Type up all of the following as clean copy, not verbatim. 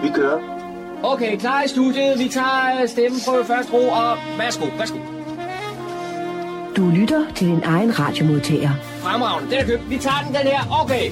Vi kører. Okay, klar i studiet. Vi tager stemmeprøve først, ro, og værsgo. Du lytter til din egen radiomodtager. Fremragende, den er købt. Vi tager den her. Okay.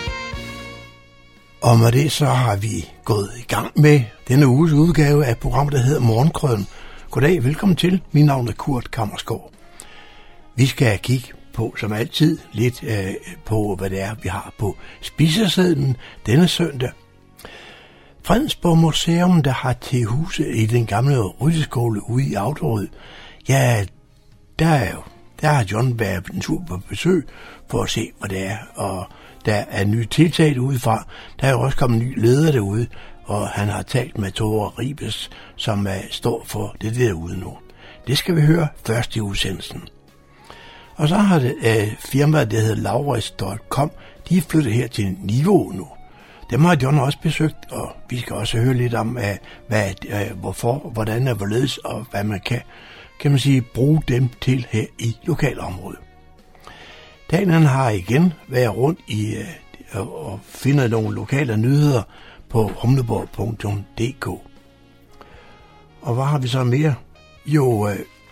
Og med det så har vi gået i gang med denne uges udgave af programmet, der hedder Morgenkrøden. Goddag, velkommen til. Mit navn er Kurt Kammersgaard. Vi skal kigge på, som altid, lidt på, hvad det er, vi har på spisesedlen denne søndag. Fredensborg Museum, der har til huse i den gamle rytteskole ude i Auderød, ja, der har John været en tur på besøg for at se, hvad det er, og der er nye tiltag udefra. Der er jo også kommet en ny leder derude, og han har talt med Tore Ribes, som står for det derude nu. Det skal vi høre først i udsendelsen. Og så har det firmaet, der hedder Lauritz.com, de er flyttet her til Niveau nu. Dem har John også besøgt, og vi skal også høre lidt om, hvorfor, hvordan og hvorledes, og hvad man kan man sige, bruge dem til her i lokalområdet. Daniel har igen været rundt i og finder nogle lokale nyheder på humleborg.dk. Og hvad har vi så mere? Jo,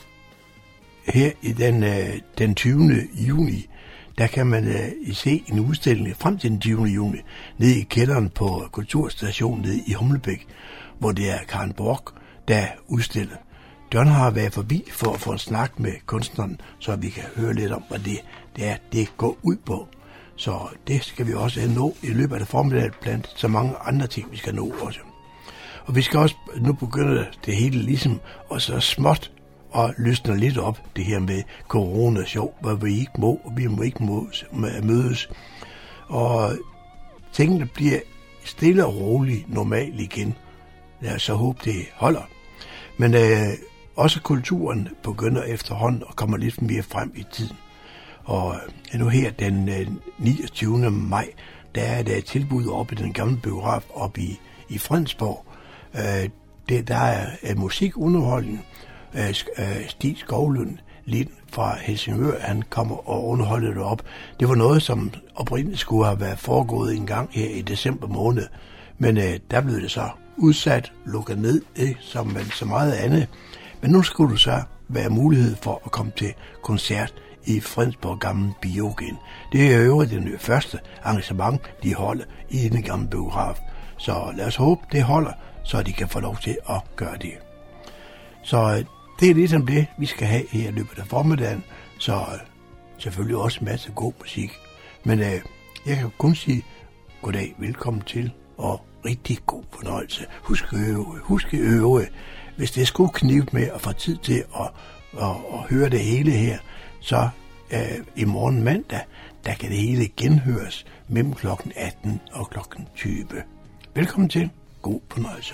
her i den 20. juni, der kan man se en udstilling frem til den 20. juni, nede i kælderen på Kulturstationen nede i Humlebæk, hvor det er Karen Borg, der udstiller. John har været forbi for at få en snak med kunstneren, så vi kan høre lidt om, hvad det går ud på. Så det skal vi også nå i løbet af det formiddag, blandt så mange andre ting, vi skal nå også. Og vi skal også nu begynde det hele ligesom, og så småt, og løsne lidt op det her med corona-sjov, hvor vi ikke må, og vi må ikke mødes. Og tingene bliver stille og roligt normalt igen. Lad os så håbe, det holder. Men også kulturen begynder efterhånden og kommer lidt mere frem i tiden. Og nu her den 29. maj, der er der et tilbud oppe i den gamle biograf oppe i Fredensborg. Der er musikunderholdning. Stig Skovlund lidt fra Helsingør, han kommer og underholder det op. Det var noget, som oprindeligt skulle have været foregået en gang her i december måned. Men der blev det så udsat, lukket ned, som så meget andet. Men nu skulle det så være mulighed for at komme til koncert i Fredensborg Gamle Bio igen. Det er jo det første arrangement, de holder i den gamle biograf. Så lad os håbe, det holder, så de kan få lov til at gøre det. Så det er ligesom det, vi skal have her i løbet af formiddagen. Så selvfølgelig også en masse god musik. Men jeg kan kun sige goddag, velkommen til, og rigtig god fornøjelse. Husk at øve. Hvis det skulle knive med at få tid til at høre det hele her, så i morgen mandag, der kan det hele genhøres mellem kl. 18 og kl. 20. Velkommen til. God fornøjelse.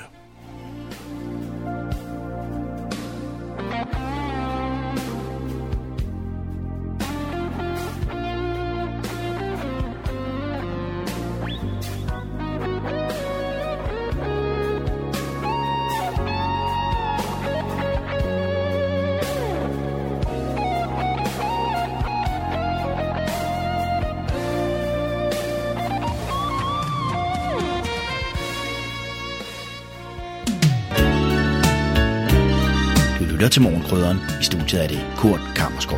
Til Morgenkrydderen. I studiet er det Kurt Kammersgaard.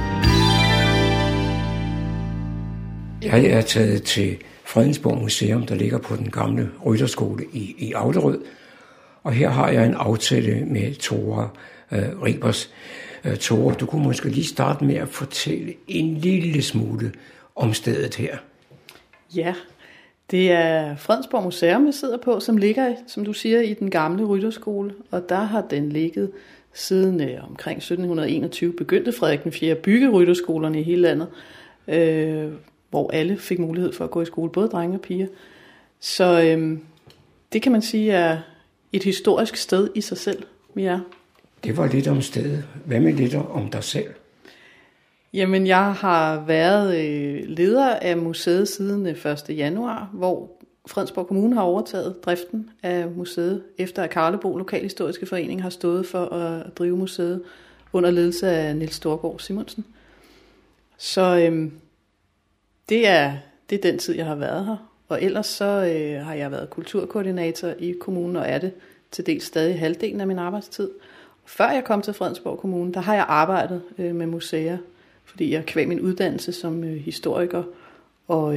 Jeg er taget til Fredensborg Museum, der ligger på den gamle rytterskole i Auderød. Og her har jeg en aftale med Tore Ribers. Tore, du kunne måske lige starte med at fortælle en lille smule om stedet her. Ja, det er Fredensborg Museum, jeg sidder på, som ligger, som du siger, i den gamle rytterskole. Og der har den ligget siden omkring 1721 begyndte Frederik den 4. bygge rytterskolerne i hele landet, hvor alle fik mulighed for at gå i skole, både drenge og piger. Så det kan man sige er et historisk sted i sig selv, vi er. Det var lidt om stedet. Hvad med lidt om dig selv? Jamen, jeg har været leder af museet siden 1. januar, hvor Fredensborg Kommune har overtaget driften af museet, efter at Karlebo Lokalhistoriske Forening har stået for at drive museet under ledelse af Niels Storgård Simonsen. Så det er den tid, jeg har været her. Og ellers så har jeg været kulturkoordinator i kommunen, og er det til dels stadig halvdelen af min arbejdstid. Før jeg kom til Fredensborg Kommune, der har jeg arbejdet med museer, fordi jeg kvæg min uddannelse som historiker og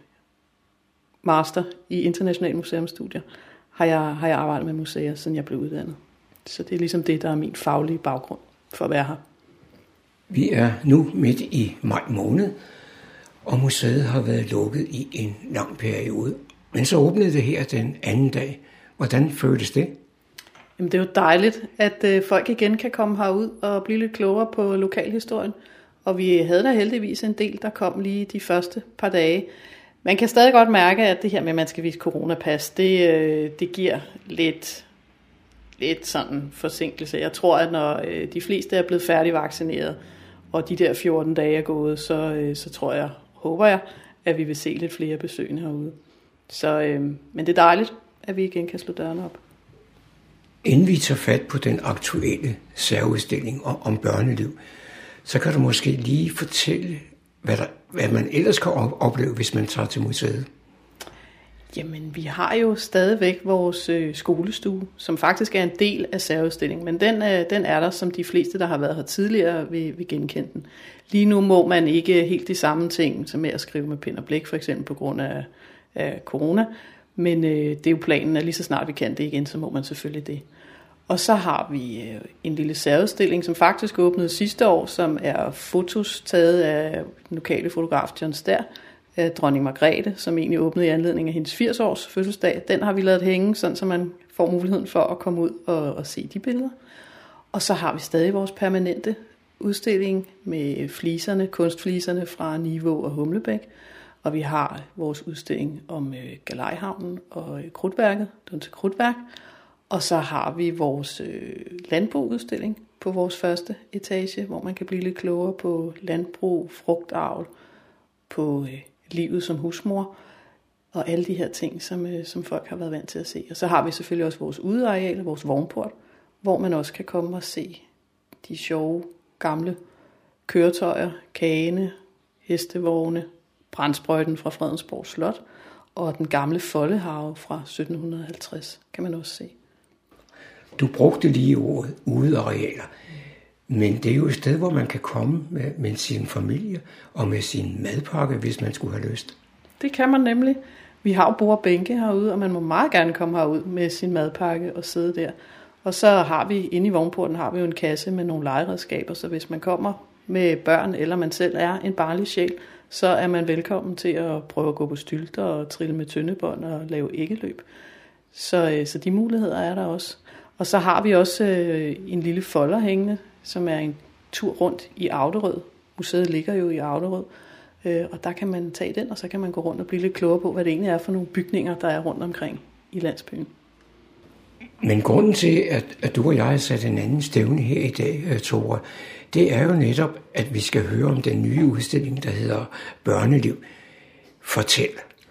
master i international museumsstudier, har jeg arbejdet med museer, siden jeg blev uddannet. Så det er ligesom det, der er min faglige baggrund for at være her. Vi er nu midt i maj måned, og museet har været lukket i en lang periode. Men så åbnede det her den anden dag. Hvordan føltes det? Jamen, det er jo dejligt, at folk igen kan komme herud og blive lidt klogere på lokalhistorien. Og vi havde da heldigvis en del, der kom lige de første par dage. Man kan stadig godt mærke, at det her med, at man skal vise coronapas, det giver lidt sådan forsinkelse. Jeg tror, at når de fleste er blevet færdigvaccineret, og de der 14 dage er gået, så håber jeg, at vi vil se lidt flere besøgende herude. Men det er dejligt, at vi igen kan slå dørene op. Inden vi tager fat på den aktuelle særudstilling om børneliv, så kan du måske lige fortælle, hvad man ellers kan opleve, hvis man tager til museet. Jamen, vi har jo stadigvæk vores skolestue, som faktisk er en del af særudstillingen, men den er der, som de fleste, der har været her tidligere, vil genkende den. Lige nu må man ikke helt de samme ting, som med at skrive med pen og blæk, for eksempel på grund af corona, men det er jo planen, at lige så snart vi kan det igen, så må man selvfølgelig det. Og så har vi en lille særudstilling, som faktisk åbnede sidste år, som er fotos taget af den lokale fotograf John Stær, af dronning Margrethe, som egentlig åbnede i anledning af hendes 80-års fødselsdag. Den har vi lavet hænge, sådan så man får muligheden for at komme ud og se de billeder. Og så har vi stadig vores permanente udstilling med fliserne, kunstfliserne fra Nivå og Humlebæk. Og vi har vores udstilling om Galejhavnen og krudtværket, Dunse Krudtværk. Og så har vi vores landbrugudstilling på vores første etage, hvor man kan blive lidt klogere på landbrug, frugtavl, på livet som husmor og alle de her ting, som folk har været vant til at se. Og så har vi selvfølgelig også vores udeareal, vores vognport, hvor man også kan komme og se de sjove gamle køretøjer, kagene, hestevogne, brandsprøjten fra Fredensborg Slot og den gamle foldehave fra 1750 kan man også se. Du brugte lige ordet udearealer, men det er jo et sted, hvor man kan komme med sin familie og med sin madpakke, hvis man skulle have lyst. Det kan man nemlig. Vi har jo bord og bænke herude, og man må meget gerne komme herud med sin madpakke og sidde der. Og så har vi inde i vognporten har vi jo en kasse med nogle legeredskaber, så hvis man kommer med børn, eller man selv er en barnlig sjæl, så er man velkommen til at prøve at gå på stylter og trille med tyndebånd og lave æggeløb. Så de muligheder er der også. Og så har vi også en lille folder hængende, som er en tur rundt i Auderød. Museet ligger jo i Auderød, og der kan man tage den, og så kan man gå rundt og blive lidt klogere på, hvad det egentlig er for nogle bygninger, der er rundt omkring i landsbyen. Men grunden til, at du og jeg har sat en anden stævne her i dag, Tore, det er jo netop, at vi skal høre om den nye udstilling, der hedder Børneliv. Fortæl.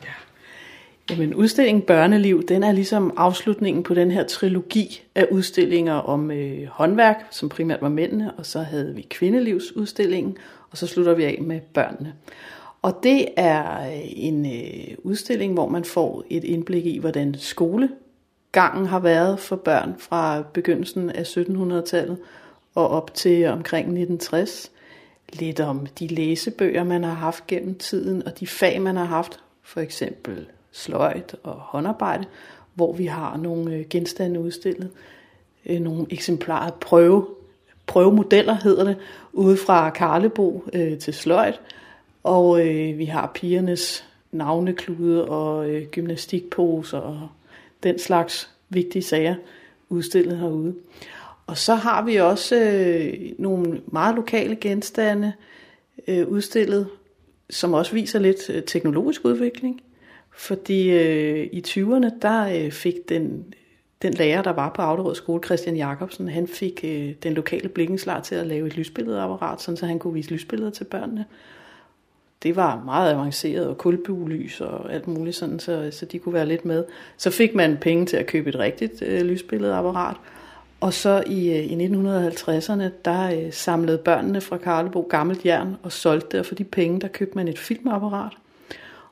Jamen, udstillingen Børneliv, den er ligesom afslutningen på den her trilogi af udstillinger om håndværk, som primært var mændene, og så havde vi kvindelivsudstillingen, og så slutter vi af med børnene. Og det er en udstilling, hvor man får et indblik i, hvordan skolegangen har været for børn fra begyndelsen af 1700-tallet og op til omkring 1960. Lidt om de læsebøger, man har haft gennem tiden, og de fag, man har haft, for eksempel sløjd og håndarbejde, hvor vi har nogle genstande udstillet, nogle eksemplarer prøvemodeller hedder det, ude fra Karlebo til sløjd, og vi har pigernes navneklude og gymnastikposer og den slags vigtige sager udstillet herude. Og så har vi også nogle meget lokale genstande udstillet, som også viser lidt teknologisk udvikling. Fordi i 20'erne, der fik den lærer, der var på Auderød skole, Christian Jacobsen, han fik den lokale blikkenslager til at lave et lysbilledapparat, sådan så han kunne vise lysbilleder til børnene. Det var meget avanceret, og kulbuelys og alt muligt, sådan, så de kunne være lidt med. Så fik man penge til at købe et rigtigt lysbilledapparat. Og så i 1950'erne, der samlede børnene fra Karlebo gammelt jern og solgte det, og for de penge, der købte man et filmapparat.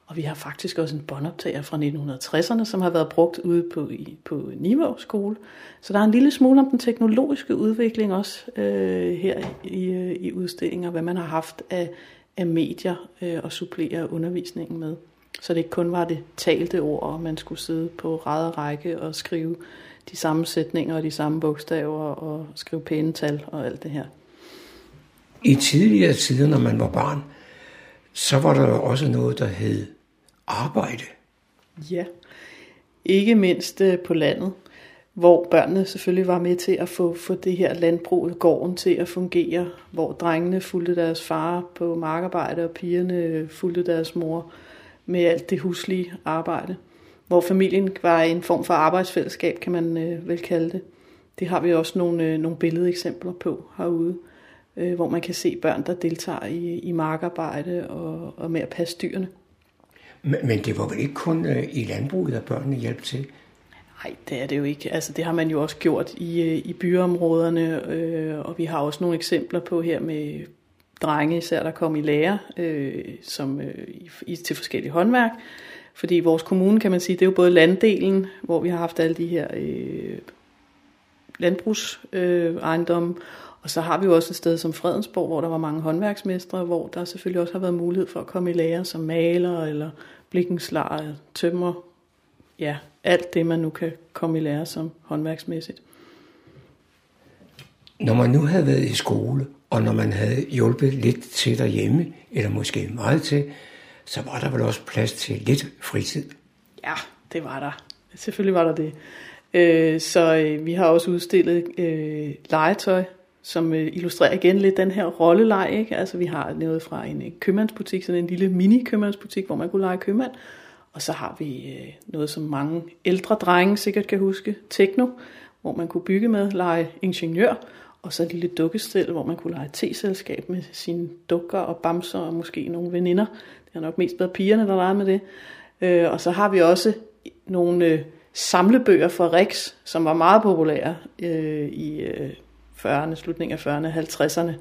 Og vi har faktisk også en båndoptager fra 1960'erne, som har været brugt ude på Nivå skole. Så der er en lille smule om den teknologiske udvikling også her i udstillinger, hvad man har haft af medier og supplere undervisningen med. Så det ikke kun var det talte ord, og man skulle sidde på rad og række og skrive de samme sætninger og de samme bogstaver og skrive pæne tal og alt det her. I tidligere tider, når man var barn, så var der også noget, der hed arbejde. Ja, ikke mindst på landet, hvor børnene selvfølgelig var med til at få det her landbrug, gården til at fungere, hvor drengene fulgte deres far på markarbejde, og pigerne fulgte deres mor med alt det huslige arbejde. Hvor familien var en form for arbejdsfællesskab, kan man vel kalde det. Det har vi også nogle billedeksempler på herude, hvor man kan se børn, der deltager i markarbejde og med at passe dyrene. Men det var vel ikke kun i landbruget, at børnene hjalp til? Nej, det er det jo ikke. Altså, det har man jo også gjort i byområderne, og vi har også nogle eksempler på her med drenge, især der kom i lære til forskellige håndværk. Fordi i vores kommune, kan man sige, det er jo både landdelen, hvor vi har haft alle de her landbrugsejendomme, og så har vi jo også et sted som Fredensborg, hvor der var mange håndværksmestre, hvor der selvfølgelig også har været mulighed for at komme i lære som maler eller blikkenslager, tømrer, ja, alt det man nu kan komme i lære som håndværksmæssigt. Når man nu havde været i skole, og når man havde hjulpet lidt til derhjemme, eller måske meget til, så var der vel også plads til lidt fritid? Ja, det var der. Selvfølgelig var der det. Så vi har også udstillet legetøj, som illustrerer igen lidt den her rolleleg, ikke? Altså vi har noget fra en købmandsbutik, sådan en lille mini-købmandsbutik, hvor man kunne lege købmand. Og så har vi noget, som mange ældre drenge sikkert kan huske, Tekno, hvor man kunne bygge med, lege ingeniør, og så et lille dukkestel, hvor man kunne lege teselskab med sine dukker og bamser og måske nogle veninder. Det har nok mest været pigerne, der legede med det. Og så har vi også nogle samlebøger fra Rex, som var meget populære i 40'erne, slutningen af 40'erne og 50'erne.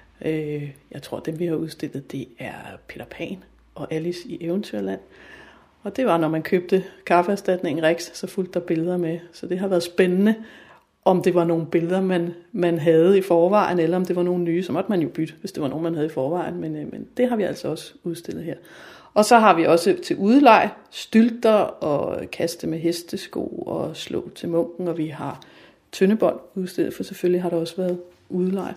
Jeg tror, dem vi har udstillet, det er Peter Pan og Alice i Eventyrland. Og det var, når man købte kaffeerstatningen Rex, så fulgte der billeder med. Så det har været spændende, om det var nogle billeder, man havde i forvejen, eller om det var nogle nye, så måtte man jo bytte, hvis det var nogle, man havde i forvejen. Men det har vi altså også udstillet her. Og så har vi også til udeleg, stylter og kaste med hestesko og slå til munken, og vi har tyndebold udstillet, for selvfølgelig har der også været udeleg.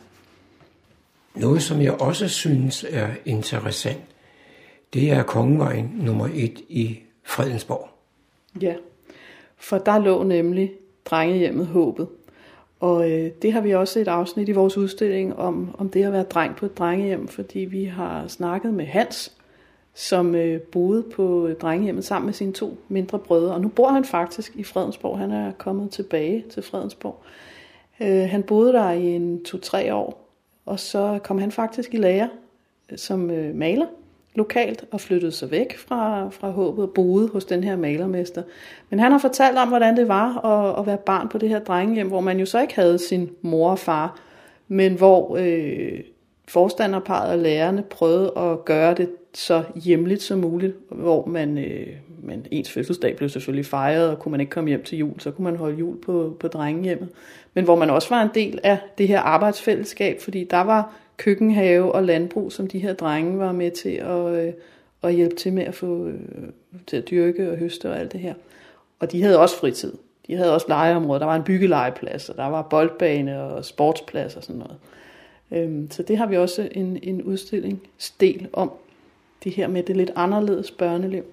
Noget, som jeg også synes er interessant, det er Kongevejen nummer 1 i Fredensborg. Ja, for der lå nemlig drengehjemmet Håbet. Og det har vi også et afsnit i vores udstilling om det at være dreng på et drengehjem, fordi vi har snakket med Hans, som boede på drengehjemmet sammen med sine 2 mindre brødre. Og nu bor han faktisk i Fredensborg. Han er kommet tilbage til Fredensborg. Han boede der i 2-3 år, og så kom han faktisk i lære som maler lokalt og flyttede sig væk fra Håbet og boede hos den her malermester. Men han har fortalt om, hvordan det var at være barn på det her drengehjem, hvor man jo så ikke havde sin mor og far, men hvor forstanderparret og lærerne prøvede at gøre det så hjemligt som muligt, hvor ens fødselsdag blev selvfølgelig fejret, og kunne man ikke komme hjem til jul, så kunne man holde jul på drengehjemmet. Men hvor man også var en del af det her arbejdsfællesskab, fordi der var køkkenhave og landbrug, som de her drenge var med til at hjælpe til med at få til at dyrke og høste og alt det her. Og de havde også fritid. De havde også legeområder. Der var en byggelegeplads, og der var boldbane og sportsplads og sådan noget. Så det har vi også en udstillingsdel om. Det her med det lidt anderledes børneliv.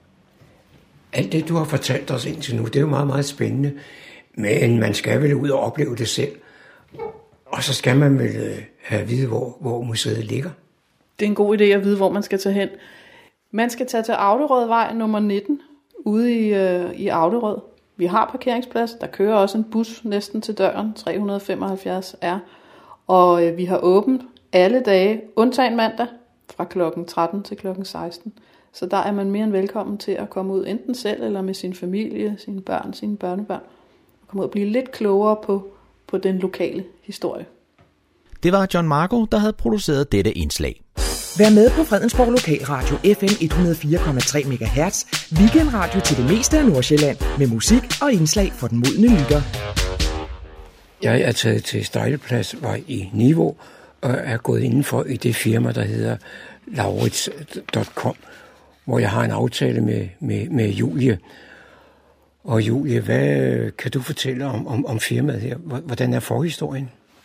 Alt det, du har fortalt os indtil nu, det er jo meget, meget spændende. Men man skal vel ud og opleve det selv. Og så skal man vel have at vide, hvor museet ligger. Det er en god idé at vide, hvor man skal tage hen. Man skal tage til Auderødvej nummer 19, ude i Auderød. Vi har parkeringsplads. Der kører også en bus næsten til døren, 375R. Og vi har åbent alle dage, undtagen mandag, fra klokken 13 til klokken 16. Så der er man mere end velkommen til at komme ud, enten selv eller med sin familie, sine børn, sine børnebørn. Og komme ud og blive lidt klogere på den lokale historie. Det var John Marco, der havde produceret dette indslag. Vær med på Fredensborg Lokalradio FM 104,3 MHz, weekendradio til det meste af Nordsjælland, med musik og indslag for den modne lytter. Jeg er taget til Stejlepladsvej i Niveau og er gået indenfor i det firma, der hedder Laurits.com, hvor jeg har en aftale med Julie. Og Julie, hvad kan du fortælle om firmaet her? Hvordan er forhistorien?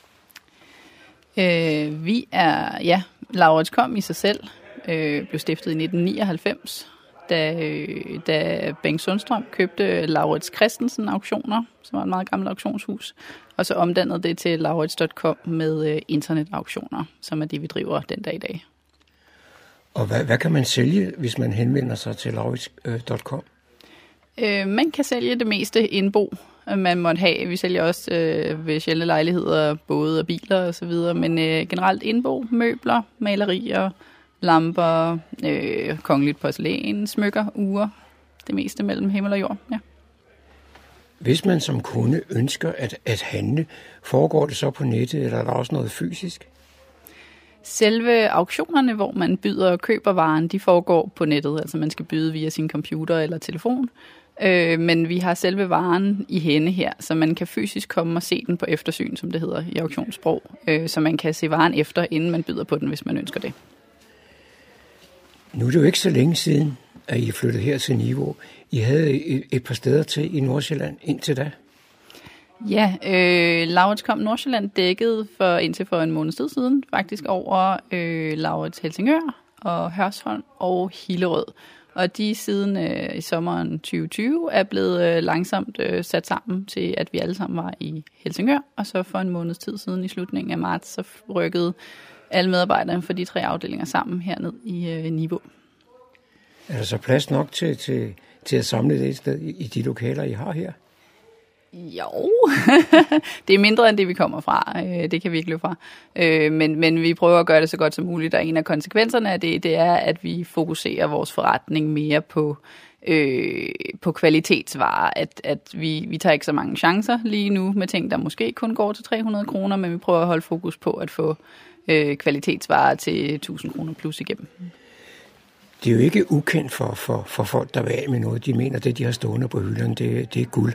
Vi er, Laurits.com i sig selv blev stiftet i 1999, da Bengt Sundstrøm købte Laurits Christensen Auktioner, som var et meget gammelt auktionshus, og så omdannede det til Laurits.com med internetauktioner, som er det, vi driver den dag i dag. Og hvad kan man sælge, hvis man henvender sig til Laurits.com? Man kan sælge det meste indbo, man måtte have. Vi sælger også ved sjældne lejligheder, både og biler og så videre, men generelt indbo, møbler, malerier, lamper, kongeligt porcelæn, smykker, ure, det meste mellem himmel og jord, ja. Hvis man som kunde ønsker at handle, foregår det så på nettet, eller er der også noget fysisk? Selve auktionerne, hvor man byder og køber varen, de foregår på nettet. Altså man skal byde via sin computer eller telefon. Men vi har selve varen i hænde her, så man kan fysisk komme og se den på eftersyn, som det hedder i auktionssprog. Så man kan se varen efter, inden man byder på den, hvis man ønsker det. Nu er det jo ikke så længe siden, at I flyttede her til Niveau. I havde et par steder til i Nordsjælland indtil da. Ja, Laurits.com Nordsjælland dækkede indtil for en måneds tid siden faktisk over Laurits Helsingør og Hørsholm og Hillerød. Og de siden i sommeren 2020 er blevet langsomt sat sammen til, at vi alle sammen var i Helsingør. Og så for en måneds tid siden i slutningen af marts, så rykkede alle medarbejdere for de 3 afdelinger sammen herned i Niveau. Er der så plads nok til at samle det et sted i de lokaler, I har her? Jo, det er mindre end det, vi kommer fra. Det kan vi ikke løbe fra. Men vi prøver at gøre det så godt som muligt, og en af konsekvenserne af det er, at vi fokuserer vores forretning mere på kvalitetsvarer. At vi tager ikke så mange chancer lige nu med ting, der måske kun går til 300 kroner, men vi prøver at holde fokus på at få kvalitetsvarer til 1000 kroner plus igennem. Det er jo ikke ukendt for folk, der vil af med noget. De mener, det de har stående på hylderne, det er guld.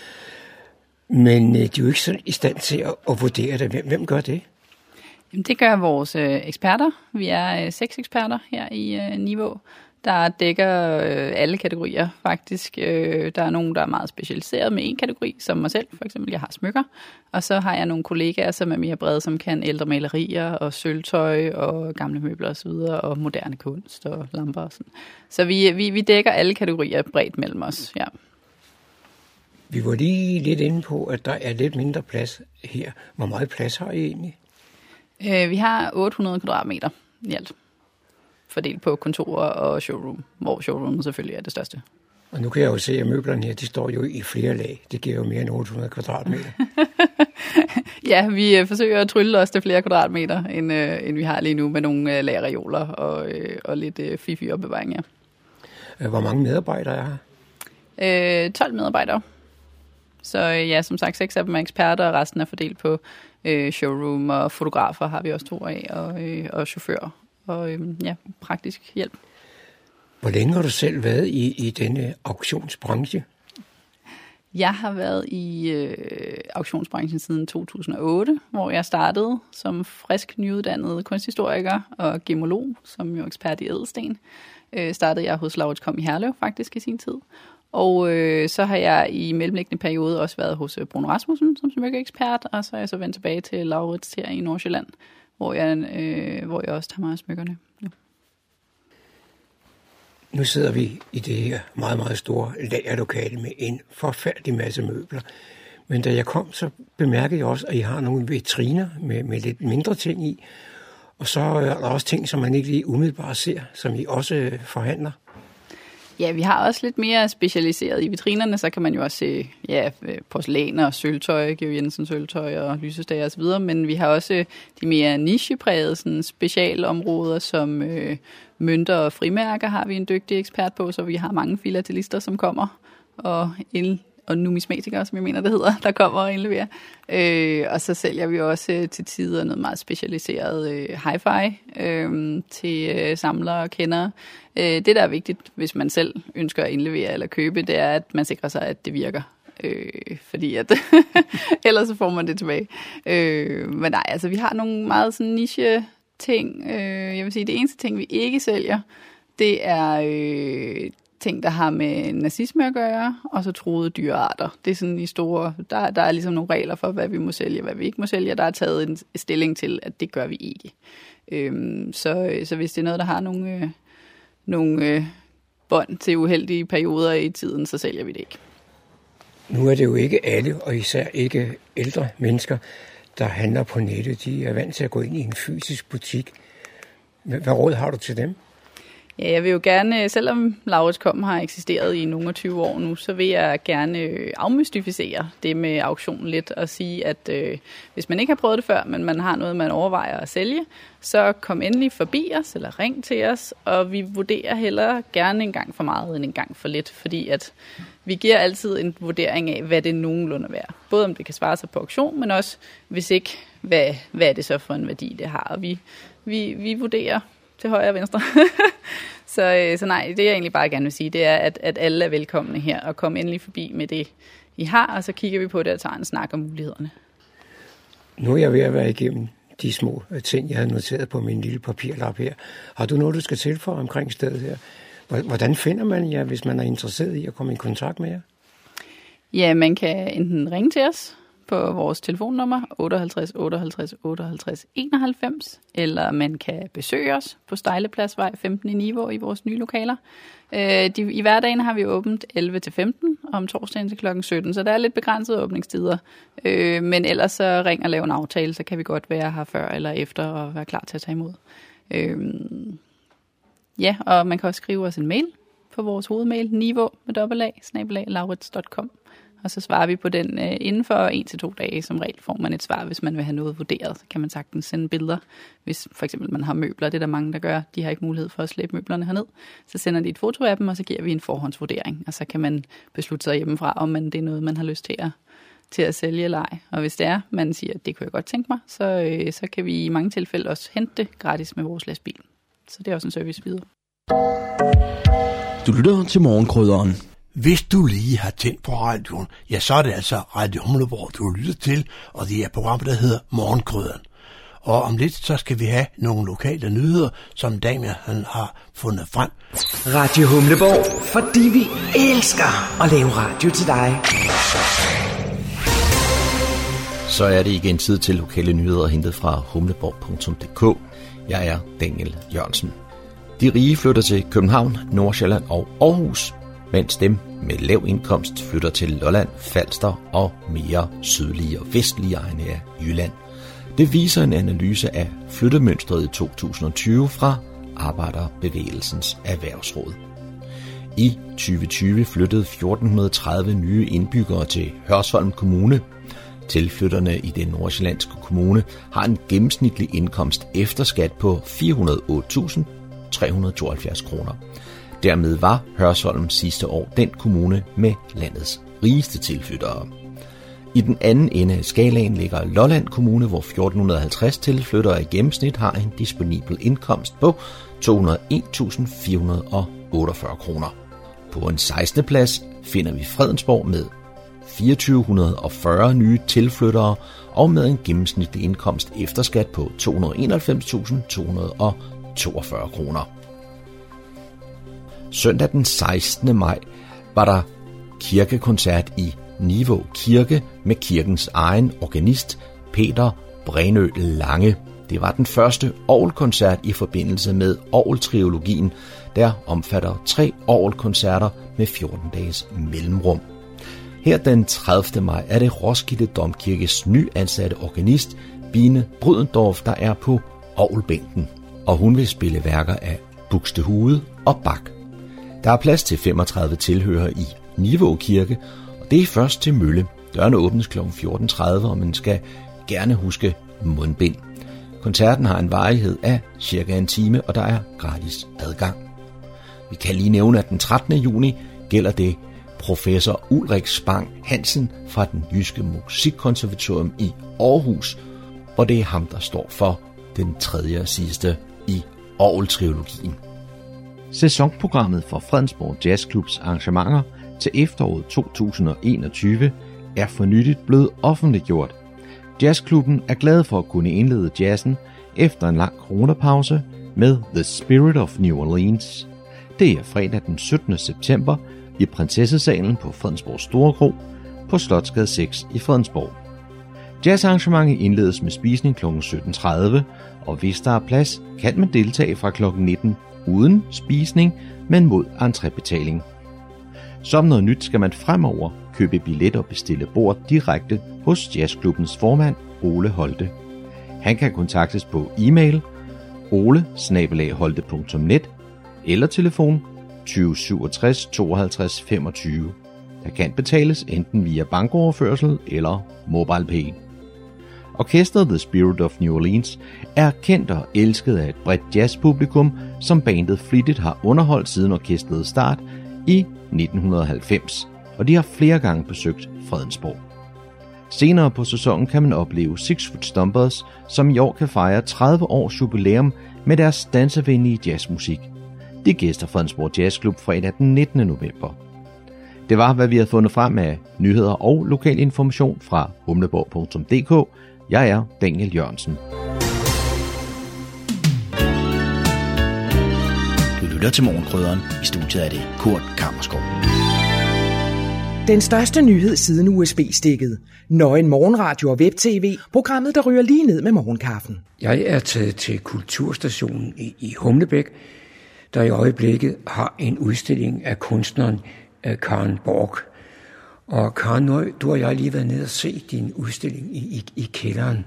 Men de er jo ikke så i stand til at vurdere det. Hvem gør det? Jamen, det gør vores eksperter. Vi er 6 eksperter her i Niveau, der dækker alle kategorier faktisk. Der er nogen, der er meget specialiseret med en kategori, som mig selv. For eksempel, jeg har smykker. Og så har jeg nogle kollegaer, som er mere brede, som kan ældre malerier og sølvtøj og gamle møbler osv. Og moderne kunst og lamper og sådan. Så vi dækker alle kategorier bredt mellem os, ja. Vi var lige lidt inde på, at der er lidt mindre plads her. Hvor meget plads har I egentlig? Vi har 800 kvadratmeter i alt. Fordelt på kontorer og showroom, hvor showroomet selvfølgelig er det største. Og nu kan jeg jo se, at møblerne her, de står jo i flere lag. Det giver jo mere end 800 kvadratmeter. Ja, vi forsøger at trylle os til flere kvadratmeter, end vi har lige nu, med nogle lagerreoler og lidt fifi opbevaring, ja. Hvor mange medarbejdere er her? 12 medarbejdere. Så ja, som sagt, 6 af dem er eksperter, og resten er fordelt på showroom, og fotografer har vi også 2 af, og chauffører, og praktisk hjælp. Hvor længe har du selv været i denne auktionsbranche? Jeg har været i auktionsbranchen siden 2008, hvor jeg startede som frisk nyuddannet kunsthistoriker og gemolog, som jo er ekspert i ædelsten. Startede jeg hos Laurits.com i Herlev faktisk i sin tid. Og så har jeg i mellemliggende periode også været hos Bruno Rasmussen som smykkeekspert, og så er jeg så vendt tilbage til Laurits her i Nordsjælland, hvor jeg også tager mig af smykkerne. Ja. Nu sidder vi i det her meget, meget store lagerlokale med en forfærdelig masse møbler. Men da jeg kom, så bemærkede jeg også, at I har nogle vitriner med lidt mindre ting i. Og så er der også ting, som man ikke lige umiddelbart ser, som I også forhandler. Ja, vi har også lidt mere specialiseret i vitrinerne, så kan man jo også se porcelæn og sølvtøj, Georg Jensen sølvtøj og lysestager osv., men vi har også de mere nicheprægede sådan specialområder, som mønter og frimærker har vi en dygtig ekspert på, så vi har mange filatelister, som kommer og og numismatikere, som jeg mener, det hedder, der kommer og indleverer. Og så sælger vi også til tider noget meget specialiseret hi-fi til samlere og kendere. Det, der er vigtigt, hvis man selv ønsker at indlevere eller købe, det er, at man sikrer sig, at det virker. Fordi at ellers så får man det tilbage. Men nej, altså vi har nogle meget sådan niche ting. Jeg vil sige, det eneste ting, vi ikke sælger, det er ting, der har med nazisme at gøre, og så truede dyrearter. Det er sådan i store, der er ligesom nogle regler for, hvad vi må sælge, hvad vi ikke må sælge. Der er taget en stilling til, at det gør vi ikke. Så hvis det er noget, der har nogle bånd til uheldige perioder i tiden, så sælger vi det ikke. Nu er det jo ikke alle, og især ikke ældre mennesker, der handler på nettet. De er vant til at gå ind i en fysisk butik. Hvad råd har du til dem? Ja, jeg vil jo gerne, selvom Lauritz.com har eksisteret i nogle 20 år nu, så vil jeg gerne afmystificere det med auktionen lidt og sige, at hvis man ikke har prøvet det før, men man har noget, man overvejer at sælge, så kom endelig forbi os eller ring til os, og vi vurderer hellere gerne en gang for meget end en gang for lidt, fordi at vi giver altid en vurdering af, hvad det nogenlunde er værd. Både om det kan svare sig på auktion, men også hvis ikke, hvad er det så for en værdi, det har. Og vi vurderer til højre og venstre. så nej, det jeg egentlig bare gerne vil sige, det er, at alle er velkomne her, og kom endelig forbi med det, I har, og så kigger vi på det og tager en snak om mulighederne. Nu er jeg ved at være igennem de små ting, jeg havde noteret på min lille papirlap her. Har du noget, du skal tilføje omkring stedet her? Hvordan finder man jer, hvis man er interesseret i at komme i kontakt med jer? Ja, man kan enten ringe til os på vores telefonnummer 58 58 58 91, eller man kan besøge os på Stejlepladsvej 15 i Nivå i vores nye lokaler. I hverdagen har vi åbent 11 til 15, og om torsdagen til klokken 17, så der er lidt begrænsede åbningstider. Men ellers så ring og lav en aftale, så kan vi godt være her før eller efter og være klar til at tage imod. Ja, og man kan også skrive os en mail på vores hovedmail, nivå@lauritz.com. Og så svarer vi på den inden for 1 til 2 dage. Som regel får man et svar, hvis man vil have noget vurderet. Så kan man sagtens sende billeder. Hvis for eksempel man har møbler, det er der mange, der gør. De har ikke mulighed for at slæbe møblerne herned. Så sender de et foto af dem, og så giver vi en forhåndsvurdering. Og så kan man beslutte sig hjemmefra, om det er noget, man har lyst til at sælge eller ej. Og hvis det er, man siger, at det kunne jeg godt tænke mig, så kan vi i mange tilfælde også hente det gratis med vores lastbil. Så det er også en service videre. Du lytter til Morgenkrydderen. Hvis du lige har tændt på radioen, ja, så er det altså Radio Humleborg, du lytter til, og det er programmet, der hedder Morgenkrydderen. Og om lidt, så skal vi have nogle lokale nyheder, som Damian han har fundet frem. Radio Humleborg, fordi vi elsker at lave radio til dig. Så er det igen tid til lokale nyheder hentet fra humleborg.dk. Jeg er Daniel Jørgensen. De rige flytter til København, Nordsjælland og Aarhus, mens dem med lav indkomst flytter til Lolland, Falster og mere sydlige og vestlige egne af Jylland. Det viser en analyse af flyttemønstret i 2020 fra Arbejderbevægelsens Erhvervsråd. I 2020 flyttede 1430 nye indbyggere til Hørsholm Kommune. Tilflytterne i den nordsjællandske kommune har en gennemsnitlig indkomst efter skat på 408.372 kroner. Dermed var Hørsholm sidste år den kommune med landets rigeste tilflyttere. I den anden ende af skalaen ligger Lolland Kommune, hvor 1450 tilflyttere i gennemsnit har en disponibel indkomst på 201.448 kroner. På en 16. plads finder vi Fredensborg med 2440 nye tilflyttere og med en gennemsnitlig indkomst efter skat på 291.242 kroner. Søndag den 16. maj var der kirkekoncert i Nivå Kirke med kirkens egen organist Peter Brænø Lange. Det var den første orgelkoncert i forbindelse med orgeltriologien, der omfatter 3 orgelkoncerter med 14 dages mellemrum. Her den 30. maj er det Roskilde Domkirkes nyansatte organist Bine Brydendorf, der er på orgelbænken, og hun vil spille værker af Buxtehude og Bach. Der er plads til 35 tilhørere i Nivå Kirke, og det er først til Mølle. Dørene åbnes kl. 14.30, og man skal gerne huske mundbind. Koncerten har en varighed af cirka en time, og der er gratis adgang. Vi kan lige nævne, at den 13. juni gælder det professor Ulrik Spang Hansen fra den Jyske Musikkonservatorium i Aarhus, hvor det er ham, der står for den tredje og sidste i orgeltrilogien. Sæsonprogrammet for Fredensborg Jazzklubs arrangementer til efteråret 2021 er for nyligt blevet offentliggjort. Jazzklubben er glad for at kunne indlede jazzen efter en lang coronapause med The Spirit of New Orleans. Det er fredag den 17. september i Prinsessesalen på Fredensborg Store Kro på Slotsgade 6 i Fredensborg. Jazzarrangementet indledes med spisning kl. 17.30, og hvis der er plads, kan man deltage fra kl. 19 uden spisning, men mod entrébetaling. Som noget nyt skal man fremover købe billet og bestille bord direkte hos jazzklubbens formand Ole Holte. Han kan kontaktes på e-mail ole@holte.net eller telefon 20 67 52 25. Der kan betales enten via bankoverførsel eller MobilePay. Orkestret The Spirit of New Orleans er kendt og elsket af et bredt jazzpublikum, som bandet flittigt har underholdt siden orkestrets start i 1990, og de har flere gange besøgt Fredensborg. Senere på sæsonen kan man opleve Six Foot Stompers, som i år kan fejre 30 års jubilæum med deres dansevenlige jazzmusik. De gæster Fredensborg Jazzklub fredag den 19. november. Det var, hvad vi havde fundet frem af nyheder og lokal information fra humleborg.dk. Jeg er Daniel Jørgensen. Du lytter til Morgenkrydderen. I studiet er det Kurt Kammerskov. Den største nyhed siden USB-stikket. Nøgen morgenradio og web-tv. Programmet, der ryger lige ned med morgenkaffen. Jeg er taget til Kulturstationen i Humlebæk, der i øjeblikket har en udstilling af kunstneren Karen Borg. Og Karen, du og jeg har lige været nede og se din udstilling i kælderen.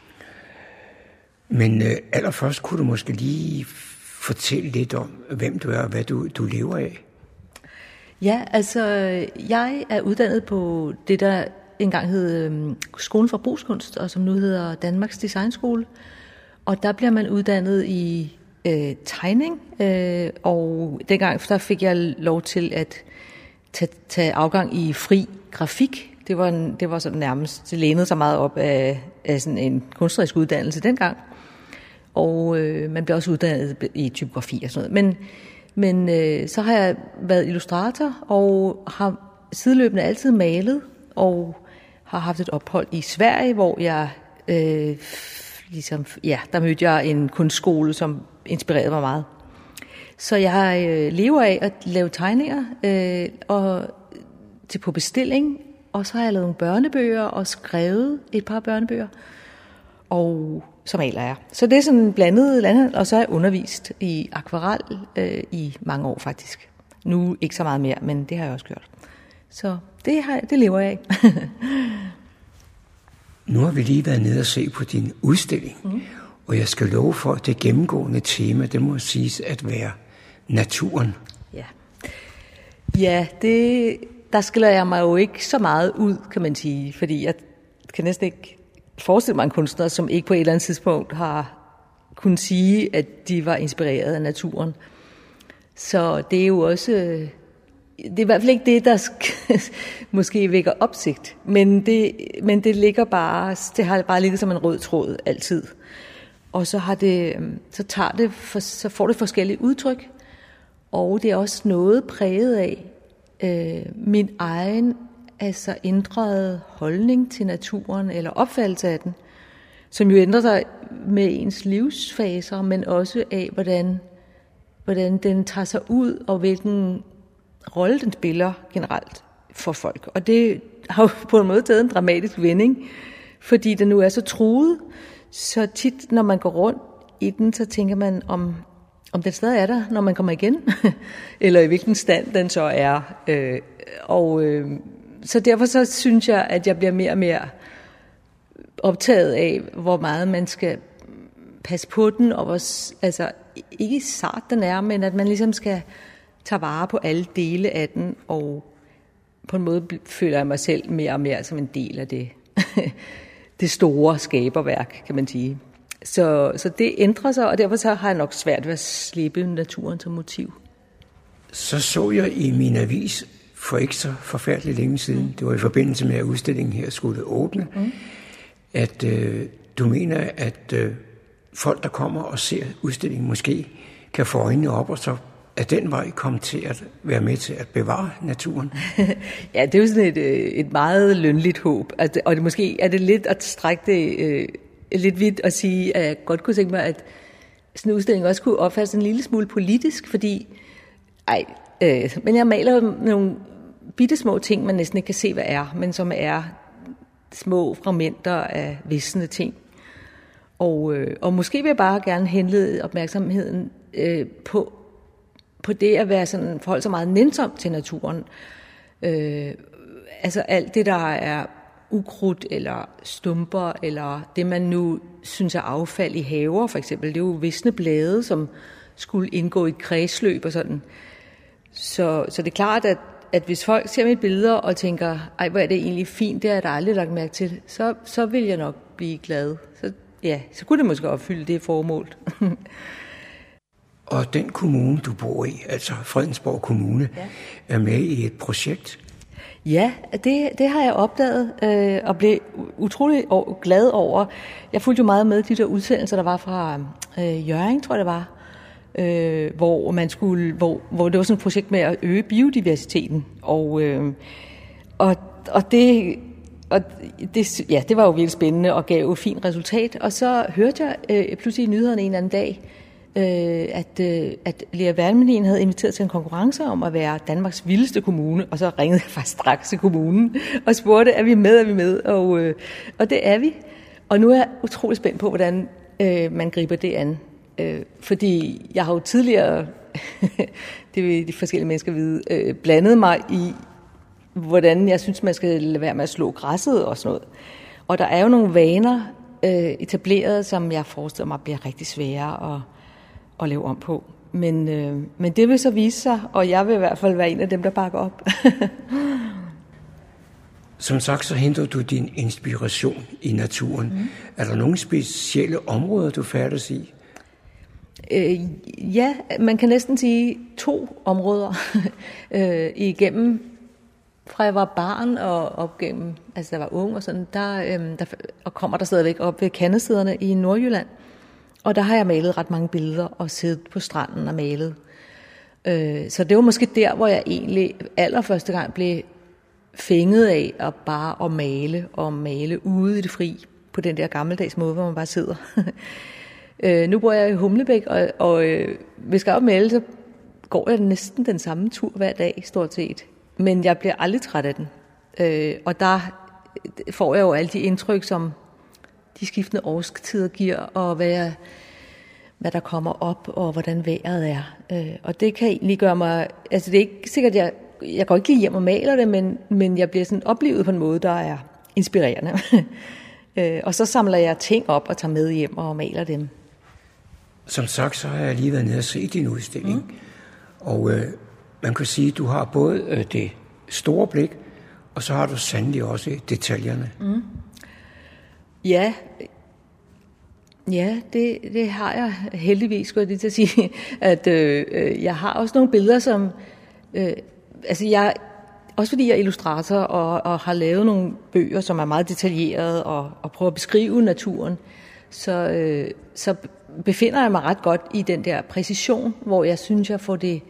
Men allerførst kunne du måske lige fortælle lidt om, hvem du er og hvad du lever af. Ja, altså jeg er uddannet på det, der engang hed Skolen for Brugskunst, og som nu hedder Danmarks Designskole. Og der bliver man uddannet i tegning, og dengang der fik jeg lov til at tage afgang i fri grafik. Det var sådan nærmest, det lænede sig meget op af sådan en kunstnerisk uddannelse dengang. Og man blev også uddannet i typografi og sådan noget. Men så har jeg været illustrator og har sideløbende altid malet og har haft et ophold i Sverige, hvor jeg der mødte jeg en kunstskole, som inspirerede mig meget. Så jeg lever af at lave tegninger og på bestilling, og så har jeg lavet nogle børnebøger og skrevet et par børnebøger, og så maler jeg. Så det er sådan en blandet land, og så har jeg undervist i akvarel i mange år faktisk. Nu ikke så meget mere, men det har jeg også gjort. Så det lever jeg af. Nu har vi lige været nede og se på din udstilling, og jeg skal love for, at det gennemgående tema, det må siges at være naturen. Ja, der skiller jeg mig jo ikke så meget ud, kan man sige, fordi jeg kan næsten ikke forestille mig en kunstner, som ikke på et eller andet tidspunkt har kunnet sige, at de var inspireret af naturen. Så det er jo også, det er i hvert fald ikke det, der måske vækker opsigt, men det ligger bare, det har bare ligget som en rød tråd altid. Og så får det forskellige udtryk, og det er også noget præget af min egen ændrede holdning til naturen, eller opfattelse af den, som jo ændrer sig med ens livsfaser, men også af, hvordan den tager sig ud, og hvilken rolle den spiller generelt for folk. Og det har jo på en måde taget en dramatisk vending, fordi den nu er så truet, så tit, når man går rundt i den, så tænker man, om den stadig er der, når man kommer igen, eller i hvilken stand den så er. Så derfor så synes jeg, at jeg bliver mere og mere optaget af, hvor meget man skal passe på den, og ikke sart den er, men at man ligesom skal tage vare på alle dele af den, og på en måde føler jeg mig selv mere og mere som en del af det store skaberværk, kan man sige. Så det ændrer sig, og derfor så har jeg nok svært ved at slippe naturen som motiv. Så jeg i min avis for ikke så forfærdeligt længe siden, det var i forbindelse med, at udstillingen her skulle åbne, at du mener, at folk, der kommer og ser udstillingen, måske kan få øjnene op, og så er den vej komme til at være med til at bevare naturen? Ja, det er jo sådan et meget lønligt håb. Og det måske er det lidt at strække det lidt vidt at sige, at jeg godt kunne tænke mig, at sådan en udstilling også kunne opfattes en lille smule politisk, fordi men jeg maler nogle bittesmå ting, man næsten ikke kan se, hvad er, men som er små fragmenter af visne ting. Og måske vil jeg bare gerne henlede opmærksomheden på det at være sådan forhold så meget nænsom til naturen. Altså alt det, der er ukrudt eller stumper, eller det, man nu synes er affald i haver, for eksempel. Det er jo visne blade, som skulle indgå i et kredsløb og sådan. Så det er klart, at hvis folk ser mit billeder og tænker, ej, hvor er det egentlig fint, det har jeg da aldrig lagt mærke til, så vil jeg nok blive glad. Så kunne det måske opfylde det formål. Og den kommune, du bor i, altså Fredensborg Kommune, er med i et projekt? Ja, det har jeg opdaget og blev utrolig glad over. Jeg fulgte jo meget med de der udsendelser, der var fra Hjørring, tror jeg det var, hvor det var sådan et projekt med at øge biodiversiteten. Det var jo virkelig spændende og gav jo et fint resultat. Og så hørte jeg pludselig i nyhederne en anden dag, at Lea Wermelin havde inviteret til en konkurrence om at være Danmarks vildeste kommune, og så ringede jeg faktisk straks til kommunen og spurgte, er vi med? Og det er vi. Og nu er jeg utrolig spændt på, hvordan man griber det an. Fordi jeg har jo tidligere, det vil de forskellige mennesker vide, blandet mig i, hvordan jeg synes, man skal lade være med at slå græsset og sådan noget. Og der er jo nogle vaner etableret, som jeg forestiller mig bliver rigtig svære at lave om på. Men det vil så vise sig, og jeg vil i hvert fald være en af dem, der bakker op. Som sagt, så henter du din inspiration i naturen. Er der nogle specielle områder, du færdes i? Ja, man kan næsten sige 2 områder. Igennem, fra jeg var barn og op gennem, altså der var ung og sådan, og kommer der stadigvæk op ved Kandestederne i Nordjylland. Og der har jeg malet ret mange billeder og siddet på stranden og malet. Så det var måske der, hvor jeg egentlig allerførste gang blev fænget af at male ude i det fri, på den der gammeldags måde, hvor man bare sidder. Nu bor jeg i Humlebæk, og hvis jeg op male, så går jeg næsten den samme tur hver dag, stort set. Men jeg bliver aldrig træt af den. Og der får jeg jo alle de indtryk, som de skiftende årstider giver, og hvad der kommer op, og hvordan vejret er. Og det kan egentlig gøre mig... Altså det er ikke sikkert, jeg går ikke lige hjem og maler det, men jeg bliver sådan oplevet på en måde, der er inspirerende. Og så samler jeg ting op og tager med hjem og maler dem. Som sagt, så har jeg lige været nede og set din udstilling. Og man kan sige, at du har både det store blik, og så har du sandelig også detaljerne. Ja, det har jeg heldigvis, skulle jeg lige til at sige. At jeg har også nogle billeder, som... også fordi jeg er illustrator og har lavet nogle bøger, som er meget detaljerede og prøver at beskrive naturen, så befinder jeg mig ret godt i den der præcision, hvor jeg synes, jeg får det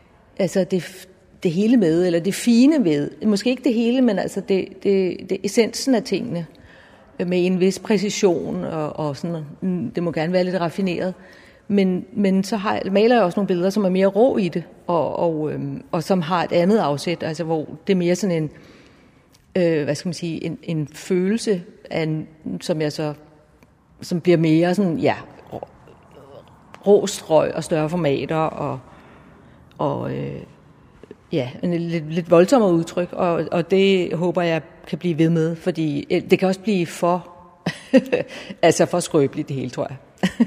hele med, eller det fine ved. Måske ikke det hele, men altså det essensen af tingene med en vis præcision, og sådan, det må gerne være lidt raffineret. Men så maler jeg også nogle billeder, som er mere rå i det, og som har et andet afsæt, altså hvor det er mere sådan en følelse, som bliver mere sådan, rå strøg og større formater, og en lidt voldsommere udtryk, og det håber jeg kan blive ved med, fordi det kan også blive for for skrøbeligt det hele, tror jeg.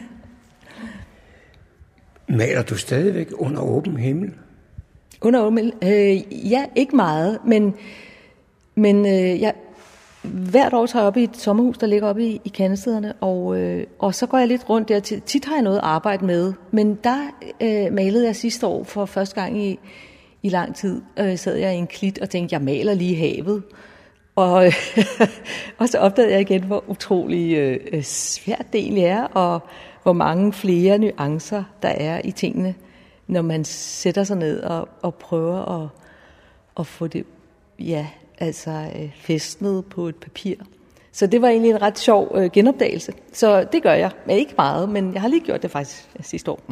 Maler du stadigvæk under åben himmel? Under åben himmel? Ja, ikke meget, men hvert år tager jeg op i et sommerhus, der ligger oppe i Kandestederne, og så går jeg lidt rundt der. Tit har jeg noget at arbejde med, men der malede jeg sidste år for første gang i lang tid. Sad jeg i en klit og tænkte, jeg maler lige havet. Og så opdagede jeg igen, hvor utrolig svært det egentlig er, og hvor mange flere nuancer der er i tingene, når man sætter sig ned og prøver at få det fæstnet på et papir. Så det var egentlig en ret sjov genopdagelse. Så det gør jeg. Men ikke meget, men jeg har lige gjort det faktisk sidste år.